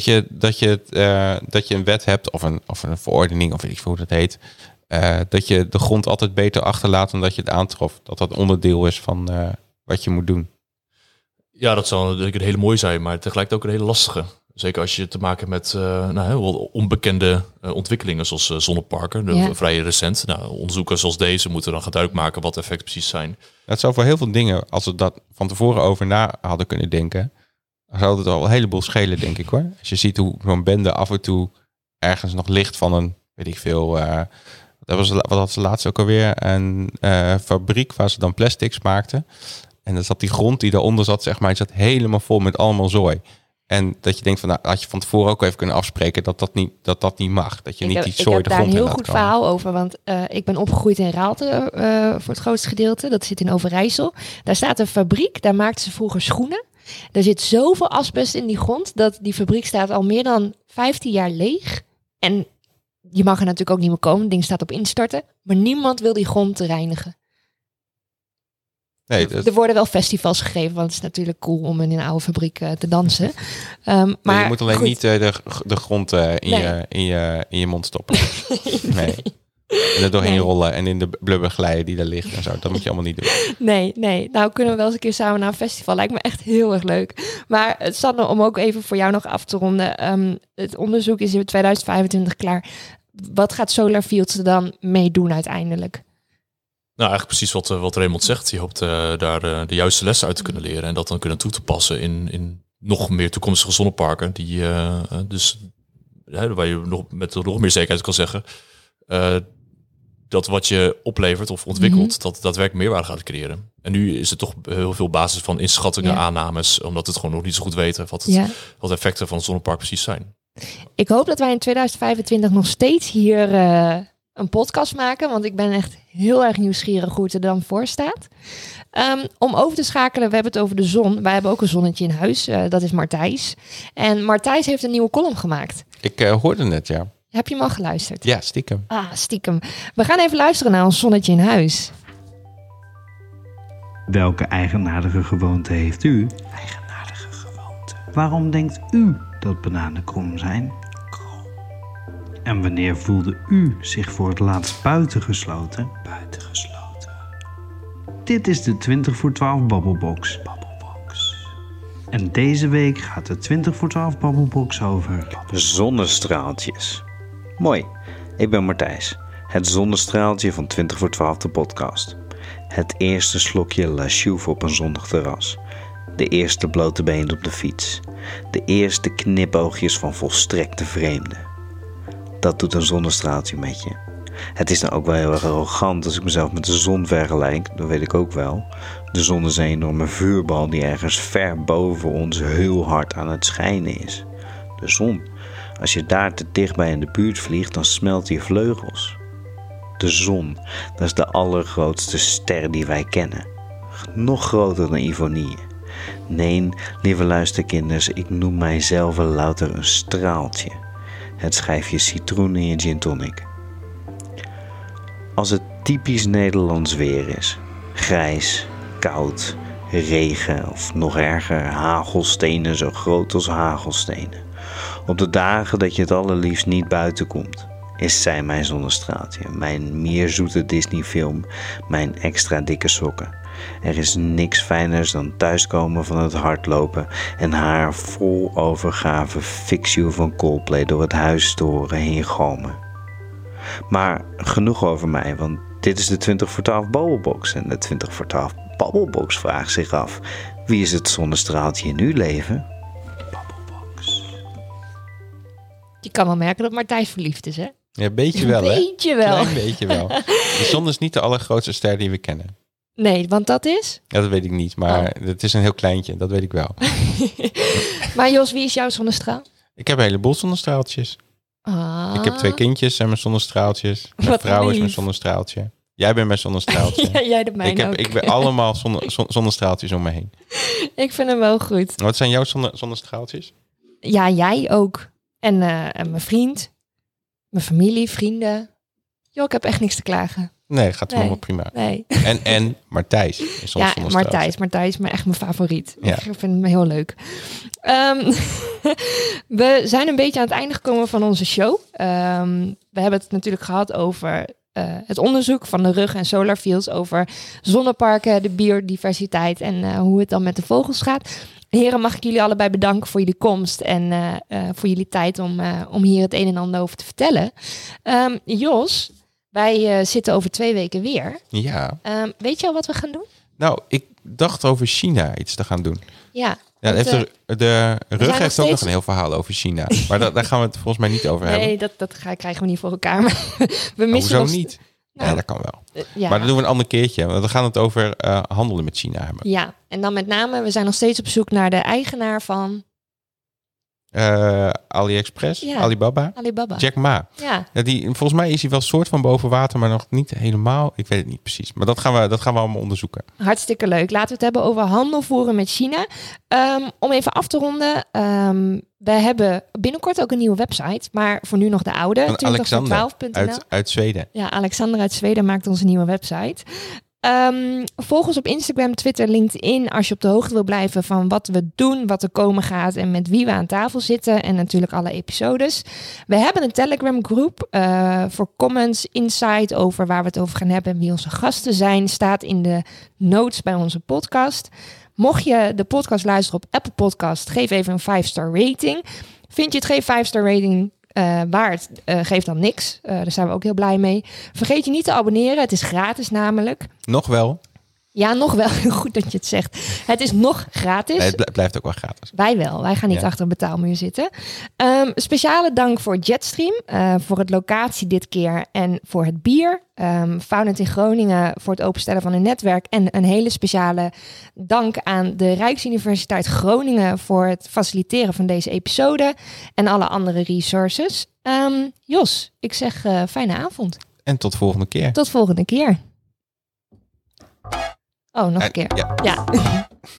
Dat je een wet hebt of een verordening of weet ik veel hoe dat heet. Dat je de grond altijd beter achterlaat dan dat je het aantrof. Dat onderdeel is van wat je moet doen. Ja, dat zou natuurlijk een hele mooie zijn, maar tegelijkertijd ook een hele lastige. Zeker als je te maken hebt met heel onbekende ontwikkelingen zoals zonneparken, vrij recent. Onderzoekers zoals deze moeten dan gaan duidelijk maken wat de effecten precies zijn. Dat zou voor heel veel dingen, als we dat van tevoren over na hadden kunnen denken, zou het al een heleboel schelen, denk ik hoor. Als je ziet hoe zo'n bende af en toe ergens nog ligt van een, weet ik veel, wat had ze laatst ook alweer, een fabriek waar ze dan plastics maakten. En dan zat die grond die daaronder zat, zeg maar, die zat helemaal vol met allemaal zooi. En dat je denkt van, had je van tevoren ook even kunnen afspreken dat niet mag. Dat je niet die zooi de grond in laat komen. Ik heb daar een heel goed verhaal over, want ik ben opgegroeid in Raalte voor het grootste gedeelte. Dat zit in Overijssel. Daar staat een fabriek, daar maakten ze vroeger schoenen. Er zit zoveel asbest in die grond dat die fabriek staat al meer dan 15 jaar leeg. En je mag er natuurlijk ook niet meer komen, het ding staat op instorten. Maar niemand wil die grond reinigen. Nee, Er worden wel festivals gegeven, want het is natuurlijk cool om in een oude fabriek te dansen. Maar je moet alleen niet de grond in je mond stoppen. Nee. En er doorheen rollen en in de blubber glijden die daar ligt en zo. Dat moet je allemaal niet doen. Nee. Nou kunnen we wel eens een keer samen naar een festival. Lijkt me echt heel erg leuk. Maar Sanne, om ook even voor jou nog af te ronden. Het onderzoek is in 2025 klaar. Wat gaat Solar Fields er dan mee doen uiteindelijk? Nou, eigenlijk precies wat Raymond zegt. Je hoopt daar de juiste lessen uit te kunnen leren en dat dan kunnen toe te passen in nog meer toekomstige zonneparken. Waar je met nog meer zekerheid kan zeggen, dat wat je oplevert of ontwikkelt, dat daadwerkelijk meerwaarde gaat creëren. En nu is het toch heel veel basis van inschattingen, aannames, omdat het gewoon nog niet zo goed weten wat de effecten van het zonnepark precies zijn. Ik hoop dat wij in 2025 nog steeds hier een podcast maken, want ik ben echt heel erg nieuwsgierig hoe het er dan voor staat. Om over te schakelen, we hebben het over de zon. Wij hebben ook een zonnetje in huis, dat is Martijs. En Martijs heeft een nieuwe column gemaakt. Ik hoorde het, ja. Heb je hem al geluisterd? Ja, stiekem. Stiekem. We gaan even luisteren naar ons zonnetje in huis. Welke eigenaardige gewoonte heeft u? Eigenaardige gewoonte. Waarom denkt u dat bananen krom zijn? Krom. En wanneer voelde u zich voor het laatst buitengesloten? Buitengesloten. Dit is de 20 voor 12 Babbelbox. En deze week gaat de 20 voor 12 Babbelbox over zonnestraaltjes. Mooi, ik ben Martijs, het zonnestraaltje van 20 voor 12 de podcast. Het eerste slokje La Chouffe op een zonnig terras. De eerste blote benen op de fiets. De eerste knipoogjes van volstrekte vreemden. Dat doet een zonnestraaltje met je. Het is dan ook wel heel erg arrogant als ik mezelf met de zon vergelijk, dat weet ik ook wel. De zon is een enorme vuurbal die ergens ver boven ons heel hard aan het schijnen is. De zon, als je daar te dichtbij in de buurt vliegt, dan smelt je vleugels. De zon, dat is de allergrootste ster die wij kennen. Nog groter dan Ivonie. Nee, lieve luisterkinders, ik noem mijzelf louter een straaltje. Het schijfje citroen in je gin tonic. Als het typisch Nederlands weer is, grijs, koud, regen of nog erger, hagelstenen zo groot als hagelstenen. Op de dagen dat je het allerliefst niet buiten komt, is zij mijn zonnestraaltje, mijn mierzoete Disneyfilm, mijn extra dikke sokken. Er is niks fijners dan thuiskomen van het hardlopen en haar vol overgave Fix You van Coldplay door het huis te horen heen galmen. Maar genoeg over mij, want dit is de 20 voor 12 Babbelbox. En de 20 voor 12 Babbelbox vraagt zich af: wie is het zonnestraaltje in uw leven? Babbelbox. Je kan wel merken dat Martijs verliefd is, hè? Ja, beetje wel, hè? Beetje wel. Klein beetje wel. De zon is niet de allergrootste ster die we kennen. Nee, want dat is? Ja, dat weet ik niet, maar het is een heel kleintje, dat weet ik wel. Maar Jos, wie is jouw zonnestraal? Ik heb een heleboel zonnestraaltjes. Ik heb 2 kindjes en mijn zonnestraaltjes. Mijn vrouw is mijn zonnestraaltje. Jij bent mijn zonnestraaltje. Ja, jij de mijne ook. Ik ben allemaal zonnestraaltjes om me heen. Ik vind hem wel goed. Wat zijn jouw zonnestraaltjes? Ja, jij ook. En mijn vriend. Mijn familie, vrienden. Joh, ik heb echt niks te klagen. Nee, gaat helemaal prima. Nee. En Martijs is ons zonnestraaltje. Martijs, maar echt mijn favoriet. Ja. Ik vind hem heel leuk. We zijn een beetje aan het einde gekomen van onze show. We hebben het natuurlijk gehad over het onderzoek van de Rug en Solarfields, over zonneparken, de biodiversiteit en hoe het dan met de vogels gaat. Heren, mag ik jullie allebei bedanken voor jullie komst en voor jullie tijd om hier het een en ander over te vertellen. Jos, wij zitten over 2 weken weer. Ja. Weet je al wat we gaan doen? Nou, ik dacht over China iets te gaan doen. Ja. Ja, de Rug heeft ook nog een heel verhaal over China. Maar daar gaan we het volgens mij niet over hebben. Nee, dat krijgen we niet voor elkaar. Maar we missen hoezo niet? Nou, ja, dat kan wel. Maar dat doen we een ander keertje. Want we gaan het over handelen met China hebben. Ja, en dan met name, we zijn nog steeds op zoek naar de eigenaar van AliExpress, ja. Alibaba. Jack Ma. Ja. Ja, volgens mij is hij wel soort van boven water, maar nog niet helemaal. Ik weet het niet precies. Maar dat gaan we allemaal onderzoeken. Hartstikke leuk. Laten we het hebben over handel voeren met China. Om even af te ronden. We hebben binnenkort ook een nieuwe website. Maar voor nu nog de oude. Alexander uit Zweden. Ja, Alexander uit Zweden maakt onze nieuwe website. Volg ons op Instagram, Twitter, LinkedIn als je op de hoogte wil blijven van wat we doen, wat er komen gaat en met wie we aan tafel zitten en natuurlijk alle episodes. We hebben een Telegram groep voor comments, insight over waar we het over gaan hebben en wie onze gasten zijn, staat in de notes bij onze podcast. Mocht je de podcast luisteren op Apple Podcast, geef even een 5-star rating. Vind je het geen 5-star rating waard, geef dan niks. Daar zijn we ook heel blij mee. Vergeet je niet te abonneren. Het is gratis namelijk. Nog wel. Ja, nog wel. Goed dat je het zegt. Het is nog gratis. Nee, het blijft ook wel gratis. Wij wel. Wij gaan niet achter een betaalmuur zitten. Speciale dank voor Jetstream. Voor het locatie dit keer. En voor het bier. Founded in Groningen voor het openstellen van hun netwerk. En een hele speciale dank aan de Rijksuniversiteit Groningen voor het faciliteren van deze episode en alle andere resources. Jos, ik zeg fijne avond. En tot volgende keer. Tot volgende keer. Oh, nog een keer. Ja.